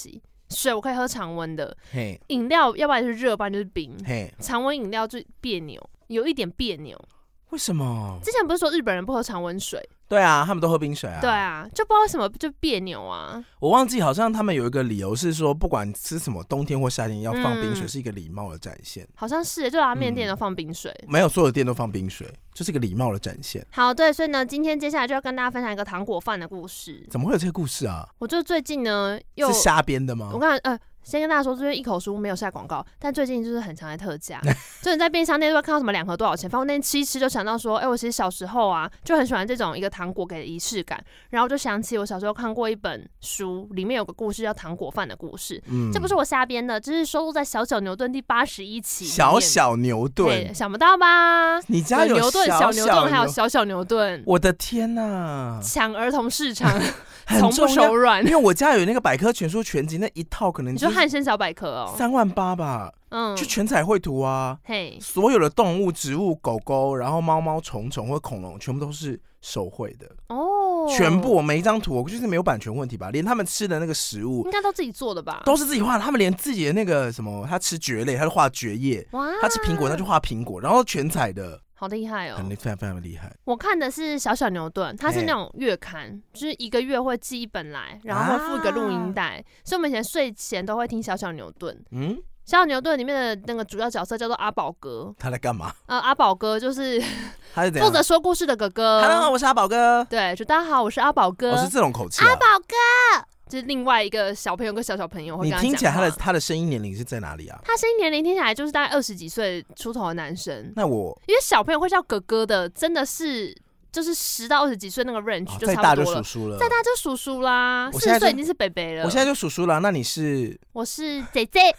水我可以喝常温的，饮料要不然就是热，不然就是冰。常温饮料就别扭，有一点别扭。 为什么？ 之前不是说日本人不喝常温水？ 对啊，他们都喝冰水啊。 对啊，就不知道为什么就别扭啊。 我忘记好像他们有一个理由是说，不管吃什么，冬天或夏天要放冰水是一个礼貌的展现。嗯、 好像是，就拉面店都放冰水、 嗯，没有所有店都放冰水，就是一个礼貌的展现。 好，对，所以呢，今天接下来就要跟大家分享一个糖果饭的故事。 怎么会有这个故事啊？ 我就最近呢又是瞎编的吗？ 我刚才呃。先跟大家说，这边一口书没有下广告，但最近就是很常在特价，就你在便利商店都会看到什么两盒多少钱，反正我那天吃一吃就想到说，哎、欸，我其实小时候啊就很喜欢这种一个糖果给的仪式感，然后我就想起我小时候看过一本书，里面有个故事叫糖果饭的故事，嗯，这不是我瞎编的，这是收录在小小牛顿第八十一期。 小小牛顿， 想不到吧？ 你家有牛顿、小牛顿，还有小小牛顿， 我的天哪！ 抢儿童市场。从不手软， 因为我家有那个百科全书全集，那一套可能你说汉声小百科哦， 三万八吧，嗯，就全彩绘图啊，嘿，所有的动物、植物、狗狗，然后猫猫、虫虫或恐龙，全部都是手绘的哦，全部我每一张图，我就是没有版权问题吧，连他们吃的那个食物应该都自己做的吧， 都是自己画的，他们连自己的那个什么，他吃蕨类，他就画蕨叶，他吃苹果，他就画苹果，然后全彩的。 好厉害哦， 很非常非常厉害。 我看的是小小牛顿，它是那种月刊，就是一个月会寄一本来，然后会附一个录音带，啊、所以我们以前睡前都会听小小牛顿。嗯，小小牛顿里面的那个主要角色叫做阿宝哥， 他在干嘛？ 呃，阿宝哥就是他是负责说故事的哥哥。 Hello， 好，我是阿宝哥。 对，就大家好，我是阿宝哥。 我、哦、是这种口气、啊。 阿宝哥。就是另外一个小朋友跟小小朋友会跟他讲话。 你听起来他的他的声音年龄是在哪里啊？ 他声音年龄听起来就是大概二十几岁出头的男生。 那我因为小朋友会叫哥哥的，真的是就是十到二十几岁那个 range 就差不多了。再大就叔叔了， 再大就叔叔啦。四十岁已经是北北了。 我现在就叔叔了，那你是？ 我是姐姐。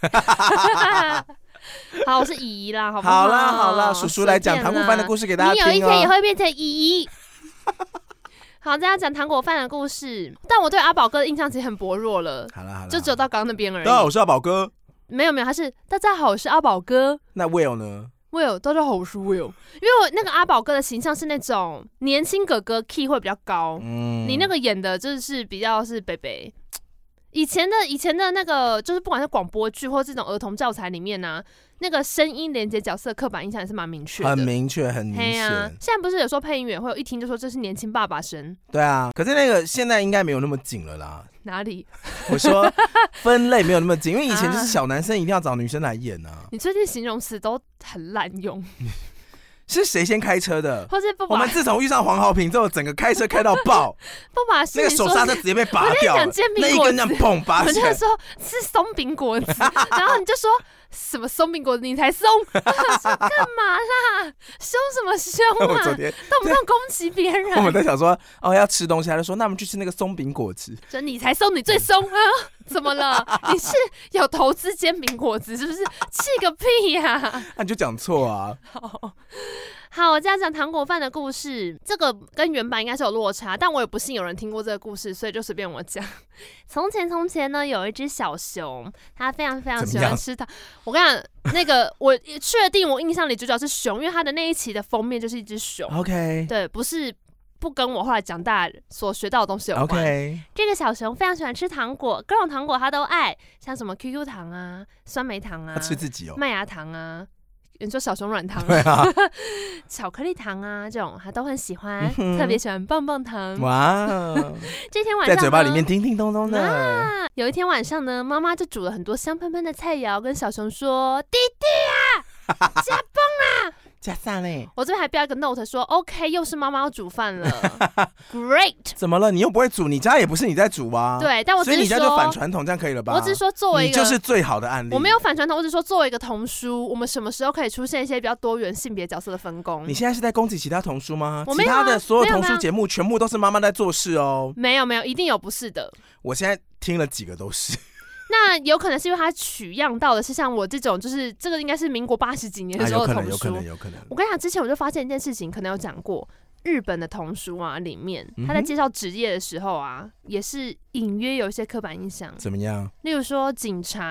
好，我是姨姨啦，好不好？ 好啦好啦，叔叔来讲糖果饭的故事给大家听、哦、 你有一天也会变成姨姨。好，大家讲糖果饭的故事，但我对阿宝哥的印象其实很薄弱了。 好了好了， 就只有到刚刚那边而已。 大家好，我是阿宝哥。 没有没有，他是大家好，我是阿宝哥。 那 Will 呢 ？Will， 大家好，我是 Will。因为我那个阿宝哥的形象是那种年轻哥哥 ，key 会比较高。嗯，你那个演的就是比较是北北。以前的以前的那个，就是不管是广播剧或这种儿童教材里面呢、啊，那个声音连接角色刻板印象也是蛮明确的， 很明确，很明显、 啊。现在不是有时候配音员会有一听就说这是年轻爸爸声？ 对啊，可是那个现在应该没有那么紧了啦。 哪里？ 我说分类没有那么紧，因为以前就是小男生一定要找女生来演啊。 你最近形容词都很滥用。 是谁先开车的？ 或是不把我们自从遇上黄豪平之后，整个开车开到爆， 不把那个手刹车直接被拔掉了，那一根这样砰拔起来。 我就说是松饼果子，然后你就说什么松饼果子，你才松，说干嘛啦？凶什么凶啊？ 我昨天动不动攻击别人。 我们在想说哦要吃东西，他就说那我们去吃那个松饼果子。 就你才松，你最松啊？怎么了？你是有投资煎饼果子是不是？气个屁呀、啊！ 那、啊、你就讲错啊。 好。好，我这样讲糖果饭的故事，这个跟原版应该是有落差，但我也不信有人听过这个故事，所以就随便我讲。从前从前呢，有一只小熊，它非常非常喜欢吃糖。我跟你讲，那个我确定我印象里主角是熊，因为它的那一期的封面就是一只熊。 OK， 对，不是不跟我后来长大所学到的东西有关。 Okay. 这个小熊非常喜欢吃糖果，各种糖果它都爱，像什么 Q Q 糖啊、酸梅糖啊、 它吃自己哦、 麦芽糖啊。你说小熊软糖、 啊、 巧克力糖啊，这种他都很喜欢，嗯、特别喜欢棒棒糖。 哇！ 这天晚上在嘴巴里面叮叮咚咚的、 啊。有一天晚上呢，妈妈就煮了很多香喷喷的菜肴，跟小熊说：“弟弟啊，加崩啊！” 加上嘞， 我这边还标一个 note 说 OK， 又是妈妈要煮饭了，Great。 怎么了？你又不会煮，你家也不是你在煮啊。 对，但我只是说， 所以你家就反传统，这样可以了吧？ 我只是说作为一个， 你就是最好的案例。 我没有反传统，我只是说作为一个童书，我们什么时候可以出现一些比较多元性别角色的分工？ 你现在是在攻击其他童书吗？ 我没有、 啊、其他的所有童书节目全部都是妈妈在做事哦。 没有没有，一定有不是的。 我现在听了几个都是。 那有可能是因为他取样到的是像我这种，就是这个应该是民国八十几年的时候的童书、啊。有可能，有可能，有可能。我跟你讲，之前我就发现一件事情，可能有讲过，日本的童书啊，里面他在介绍职业的时候啊，也是隐约有一些刻板印象。 怎么样？ 例如说警察，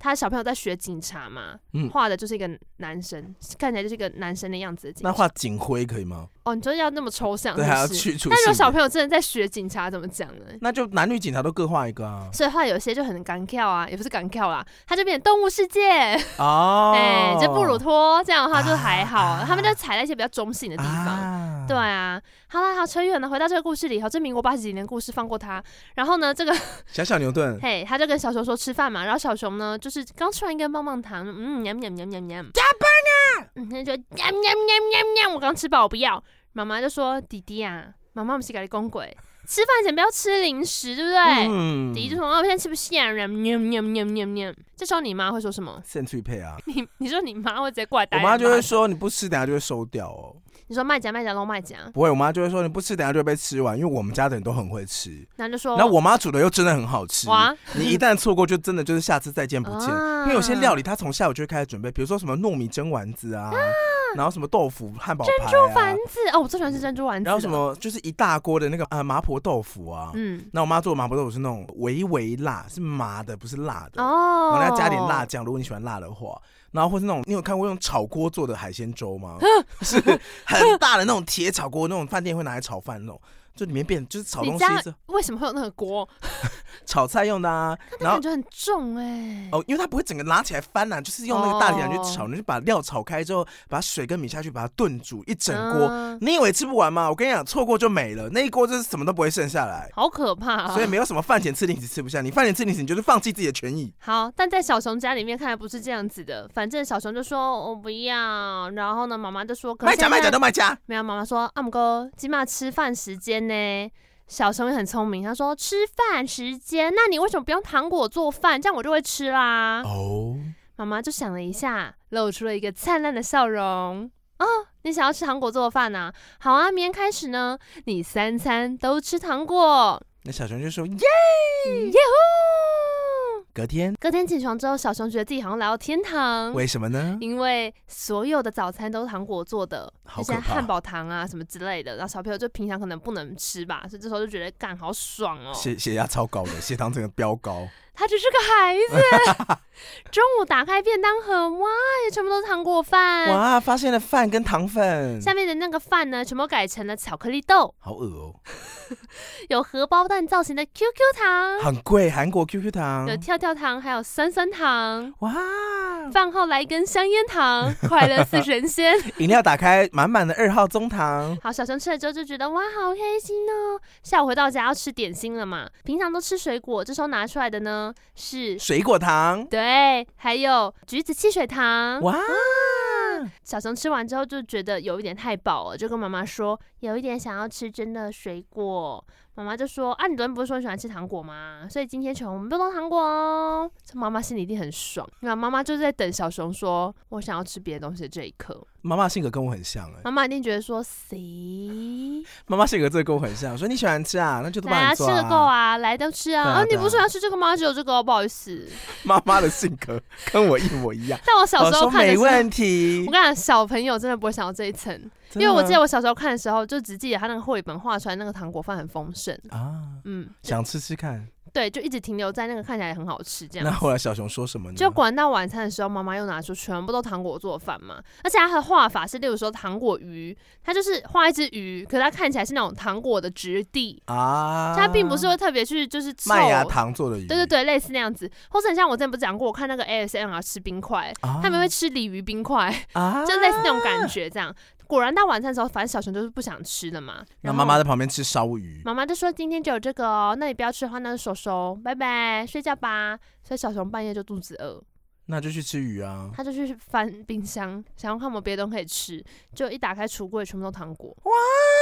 他小朋友在学警察嘛，画、嗯、的就是一个男生，看起来就是一个男生的样子的警察。 那画警徽可以吗？ 哦，你说要那么抽象是不是？ 对，还要去除。 但如果小朋友真的在学警察，怎么讲呢？ 那就男女警察都各画一个啊。 所以画有些就很敢跳啊，也不是敢跳啦，他就变成动物世界哦， 哎、欸，就布鲁托这样的话就还好，啊、他们就踩在一些比较中性的地方。啊对啊，好啦，好扯远了，回到这个故事里，好，这民国八十几年的故事放过他。然后呢，这个小小牛顿， 嘿，他就跟小熊说吃饭嘛，然后小熊呢，就是刚吃完一根棒棒糖，嗯，喵喵喵喵喵，加班啊，嗯，他就喵喵喵喵喵，我刚吃饱，我不要。妈妈就说：“弟弟啊，妈妈不是给你讲过，吃饭前不要吃零食，对不对？”嗯、弟弟就说：“哦，我现在吃不下了，喵喵喵喵喵。”这时候你妈会说什么？ 肾脆配啊！ 你你说你妈会直接过来打？ 我妈就会说：“你不吃，等下就会收掉哦。” 你说卖家卖家都卖家？ 不会，我妈就会说：“你不吃，等下就会被吃完。”因为我们家的人都很会吃。 然后就说， 然后我妈煮的又真的很好吃。哇！你一旦错过，就真的就是下次再见不见。啊、因为有些料理，她从下午就会开始准备，比如说什么糯米蒸丸子啊。啊然后什么豆腐汉堡排、啊、 珍珠丸子哦，我最喜欢吃珍珠丸子。 然后什么就是一大锅的那个呃麻婆豆腐啊，嗯，那我妈做的麻婆豆腐是那种微微辣，是麻的，不是辣的哦。然后要加点辣酱，如果你喜欢辣的话。然后或是那种，你有看过用炒锅做的海鲜粥吗？是很大的那种铁炒锅，那种饭店会拿来炒饭那种。就里面变就是炒东西， 为什么会有那个锅？ 炒菜用的啊， 然后感觉很重哎、欸。 哦，因为它不会整个拿起来翻啊，就是用那个大铁铲去炒，你、哦、就把料炒开之后，把水跟米下去，把它炖煮一整锅。嗯、你以为吃不完吗？我跟你讲，错过就没了，那一锅就是什么都不会剩下来， 好可怕啊！ 所以没有什么饭前吃零食吃不下，你饭前吃零食，你就是放弃自己的权益。 好，但在小熊家里面看来不是这样子的，反正小熊就说我不要，然后呢，妈妈就说卖家卖家都卖家， 没有，妈妈说啊，不过今嘛吃饭时间呢。小熊也很聪明，他说吃饭时间，那你为什么不用糖果做饭？这样我就会吃啦。哦，妈妈就想了一下，露出了一个灿烂的笑容。哦，你想要吃糖果做饭啊？好啊，明天开始呢，你三餐都吃糖果。 那小熊就说耶耶呼！ 隔天， 隔天起床之后，小熊觉得自己好像来到天堂。 为什么呢？ 因为所有的早餐都是糖果做的，那些汉堡糖啊什么之类的，然后小朋友就平常可能不能吃吧，所以这时候就觉得干好爽哦， 血血压超高的，血糖整个飙高。 他只是个孩子。中午打开便当盒，哇，也全部都是糖果饭。 哇，发现了饭跟糖粉。 下面的那个饭呢，全部改成了巧克力豆。 好恶哦。 有荷包蛋造型的 Q Q 糖， 很贵，韩国 Q Q 糖。 有跳跳糖，还有酸酸糖。 哇！ 饭后来一根香烟糖，快乐似神仙。 饮料打开，满满的二号棕糖。 好，小熊吃了之后就觉得哇，好开心哦。下午回到家要吃点心了嘛，平常都吃水果，这时候拿出来的呢是水果糖， 对，还有橘子汽水糖。 哇！ 小熊吃完之后就觉得有一点太饱了，就跟妈妈说有一点想要吃真的水果。妈妈就说啊，你昨天不是说你喜欢吃糖果吗？所以今天全我们不弄糖果哦。这妈妈心里一定很爽。那妈妈就是在等小熊说我想要吃别的东西的这一刻。 妈妈性格跟我很像哎、欸， 妈妈一定觉得说谁？ 妈妈性格真的跟我很像，说你喜欢吃啊，那就都帮你做啊， 吃个够啊，来都吃啊。啊, 啊，你不是要吃这个吗？只有这个、哦，不好意思。 妈妈的性格跟我一模一样。 但我小时候看的时候没问题。 我跟你讲，小朋友真的不会想到这一层，因为我记得我小时候看的时候，就只记得他那个绘本画出来那个糖果饭很丰盛啊，嗯， 想吃吃看。 对，就一直停留在那个看起来很好吃这样。 那后来小熊说什么呢？ 就果然到晚餐的时候，妈妈又拿出全部都糖果做饭嘛，而且它的画法是，例如说糖果鱼，它就是画一只鱼，可是它看起来是那种糖果的质地啊，它并不是会特别去就是麦芽糖做的鱼， 对对对，类似那样子。或者很像我之前不是讲过，我看那个 A S M R 吃冰块，啊、他们会吃鲤鱼冰块，啊、就类似那种感觉这样。果然到晚餐的时候，反正小熊就是不想吃了嘛。 那妈妈在旁边吃烧鱼， 妈妈就说今天就有这个哦，那你不要吃的话，那就收收，拜拜，睡觉吧。所以小熊半夜就肚子饿， 那就去吃鱼啊。 他就去翻冰箱，想要看有没有别的东西可以吃，就一打开橱柜，全部都糖果。哇！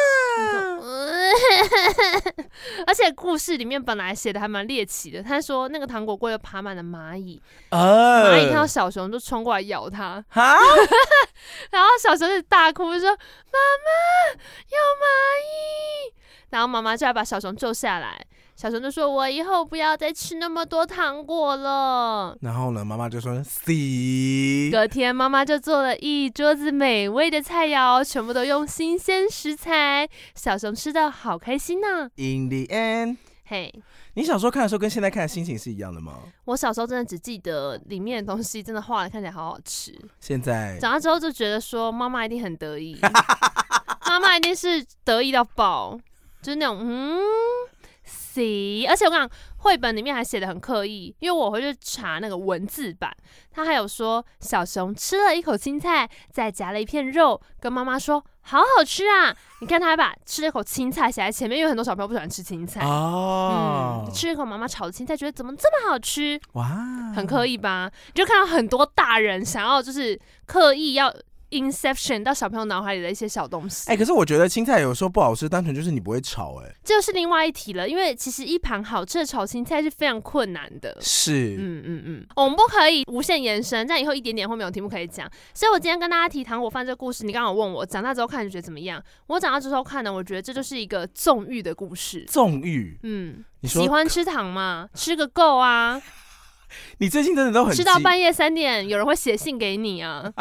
而且故事里面本来写的还蛮猎奇的，他说那个糖果柜又爬满了蚂蚁，呃、蚂蚁看到小熊就冲过来咬它，然后小熊就大哭，就说：“妈妈，有蚂蚁！”然后妈妈就要把小熊救下来。小熊就说：“我以后不要再吃那么多糖果了。” 然后呢，妈妈就说 ：“See。” 隔天，妈妈就做了一桌子美味的菜肴，全部都用新鲜食材。小熊吃的好开心呢、啊。 In the end。 嘿， 你小时候看的时候跟现在看的心情是一样的吗？ 我小时候真的只记得里面的东西真的画的看起来好好吃，现在长大之后就觉得说妈妈一定很得意，妈妈一定是得意到爆，就是那种嗯。而且我跟你讲，绘本里面还写的很刻意，因为我回去查那个文字版，他还有说小熊吃了一口青菜，再夹了一片肉，跟妈妈说好好吃啊！你看他还把吃了一口青菜写在前面，因为很多小朋友不喜欢吃青菜哦。嗯，吃了一口妈妈炒的青菜，觉得怎么这么好吃？哇，很刻意吧？你就看到很多大人想要就是刻意要。Inception 到小朋友脑海里的一些小东西。 哎、欸，可是我觉得青菜有时候不好吃，单纯就是你不会炒、欸，哎， 这就是另外一题了。因为其实一盘好吃的炒青菜是非常困难的。 是， 嗯嗯嗯，我们不可以无限延伸，这样以后一点点后面有题目可以讲。所以我今天跟大家提糖果饭这个故事，你刚好问我长大之后看你觉得怎么样？我长大之后看呢，我觉得这就是一个纵欲的故事。 纵欲， 嗯，你说喜欢吃糖吗？吃个够啊！ 你最近真的都很吃到半夜三点，有人会写信给你啊！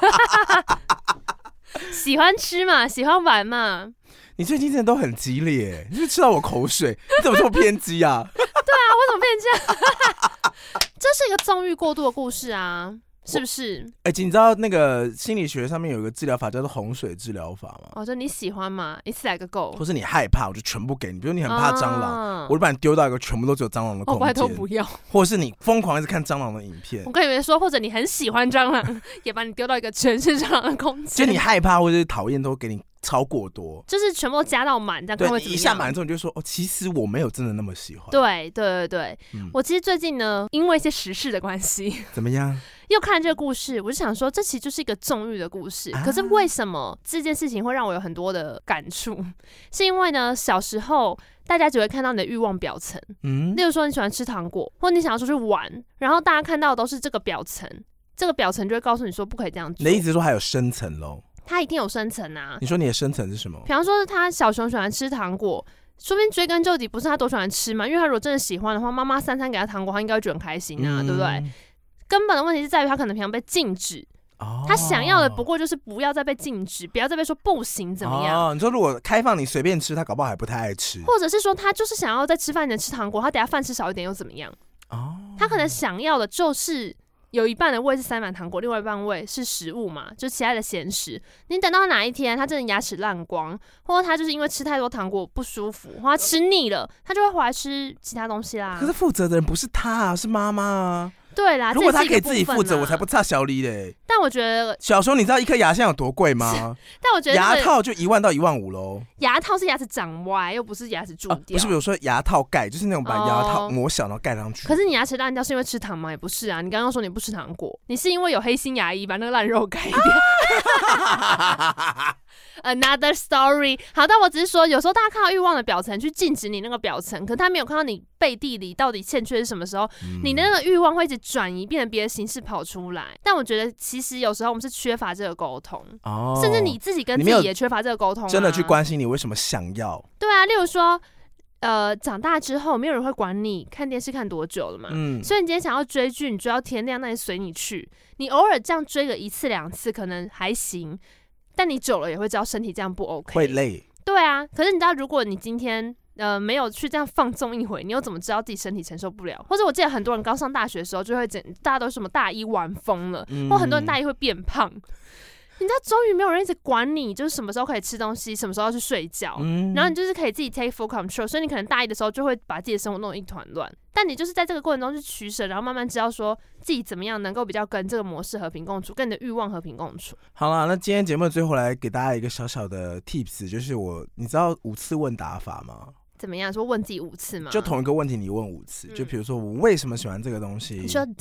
喜欢吃嘛，喜欢玩嘛。 你最近真的都很激烈，你是吃到我口水，你怎么这么偏激啊？ 对啊，我怎么变这样？这是一个纵欲过度的故事啊。是不是？ 哎、欸，你知道那个心理学上面有一个治疗法叫做洪水治疗法吗？ 哦，就你喜欢嘛，一次来个够。 或是你害怕，我就全部给你。比如你很怕蟑螂，啊、我就把你丢到一个全部都只有蟑螂的空间。 我拜托不要。 或者是你疯狂一直看蟑螂的影片。 我跟你们说，或者你很喜欢蟑螂，也把你丢到一个全是蟑螂的空间。 就你害怕或者是讨厌都给你超过多， 就是全部加到满，这样看会怎么样？ 对，一下满之后你就说哦，其实我没有真的那么喜欢。 对对对对，嗯、我其实最近呢，因为一些时事的关系， 怎么样？ 又看这个故事，我就想说，这其实就是一个纵欲的故事。啊、可是为什么这件事情会让我有很多的感触？是因为呢，小时候大家只会看到你的欲望表层，嗯，例如说你喜欢吃糖果，或你想要出去玩，然后大家看到的都是这个表层，这个表层就会告诉你说不可以这样做。 你的意思是说还有深层咯？ 它一定有深层啊！ 你说你的深层是什么？ 比方说，他小熊喜欢吃糖果，说不定追根究底不是他多喜欢吃嘛，因为他如果真的喜欢的话，妈妈三餐给他糖果，他应该会觉得很开心啊，嗯、对不对？根本的问题是在于他可能平常被禁止，哦、他想要的不过就是不要再被禁止，不要再被说不行怎么样？ 哦、你说如果开放你随便吃，他搞不好还不太爱吃， 或者是说他就是想要在吃饭前吃糖果，他等下饭吃少一点又怎么样？哦，他可能想要的就是。有一半的胃是塞满糖果，另外一半胃是食物嘛，就其他的咸食。你等到哪一天他真的牙齿烂光，或者他就是因为吃太多糖果不舒服，或他吃腻了，他就会回来吃其他东西啦。 可是负责的人不是他啊，是妈妈啊。 对啦， 如果他可以自己负责，我才不差小李嘞。 但我觉得小时候你知道一颗牙线有多贵吗？ 但我觉得、 牙套就一万到一万五喽。 牙套是牙齿长歪，又不是牙齿蛀掉、啊。 不是，比如说牙套盖，就是那种把牙套磨小然后盖上去。 可是你牙齿烂掉是因为吃糖吗？也不是啊。你刚刚说你不吃糖果，你是因为有黑心牙医把那个烂肉盖掉。Another story。好，但我只是说，有时候大家看到欲望的表层去禁止你那个表层，可他没有看到你背地里到底欠缺是什么时候，嗯、你的那个欲望会一直转移，变成别的形式跑出来。但我觉得其实有时候我们是缺乏这个沟通，哦，甚至你自己跟自己也缺乏这个沟通、啊， 真的去关心你为什么想要。 对啊，例如说。呃，长大之后没有人会管你看电视看多久了嘛，嗯，所以你今天想要追剧，你追到天亮，那你随你去。你偶尔这样追个一次两次可能还行，但你久了也会知道身体这样不 OK， 会累。 对啊，可是你知道，如果你今天呃没有去这样放纵一回，你又怎么知道自己身体承受不了？或者我记得很多人刚上大学的时候就会整，大家都什么大一玩疯了，嗯、或很多人大一会变胖。你知道，终于没有人一直管你，就是什么时候可以吃东西，什么时候要去睡觉，嗯、然后你就是可以自己 take full control。所以你可能大一的时候就会把自己的生活弄得一团乱，但你就是在这个过程中去取舍，然后慢慢知道说自己怎么样能够比较跟这个模式和平共处，跟你的欲望和平共处。 好啦，那今天节目最后来给大家一个小小的 tips， 就是我，你知道五次问答法吗？ 怎么样？说问自己五次吗？ 就同一个问题你问五次，嗯、就比如说我为什么喜欢这个东西？ 你说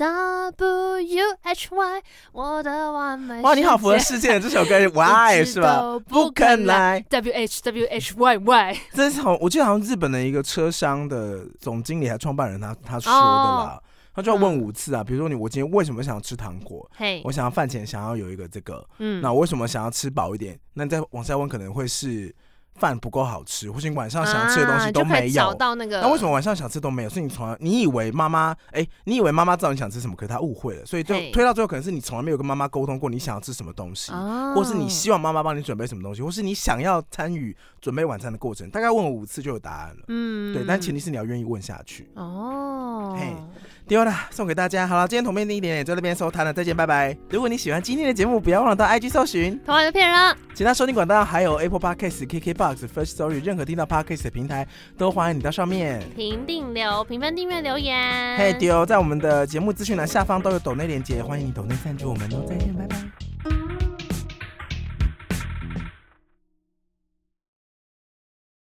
W H Y 我的完美世界。 哇，你好符合世界的这首歌Why 是吧？不肯来 W H W H Y Y。 这是好，我记得好像日本的一个车商的总经理还创办人他他说的啦。哦，他就要问五次啊，比如说你，我今天为什么想要吃糖果？嘿，我想要饭前想要有一个这个，嗯，那我为什么想要吃饱一点？那再往下问可能会是。 饭不够好吃，或是你晚上想吃的东西都没有，啊、就可以找到那个。 那为什么晚上想吃都没有？是你从来你以为妈妈哎，你以为妈妈知道你想吃什么，可是她误会了，所以就推到最后，可能是你从来没有跟妈妈沟通过你想要吃什么东西，哦、或是你希望妈妈帮你准备什么东西，或是你想要参与准备晚餐的过程，大概问了五次就有答案了。嗯，对，但前提是你要愿意问下去。哦，嘿。丢了，送给大家。好了，今天同片第一点点就在这边收摊了，再见，拜拜。如果你喜欢今天的节目，不要忘了到 I G 搜寻童话就骗人了其他收听管道还有 Apple Podcast、K K Box、First Story， 任何听到 Podcast 的平台都欢迎你到上面评定留评分、订阅、留言。 嘿，丢，在我们的节目资讯栏下方都有抖内连结，欢迎你抖内赞助我们哦。再见，拜拜。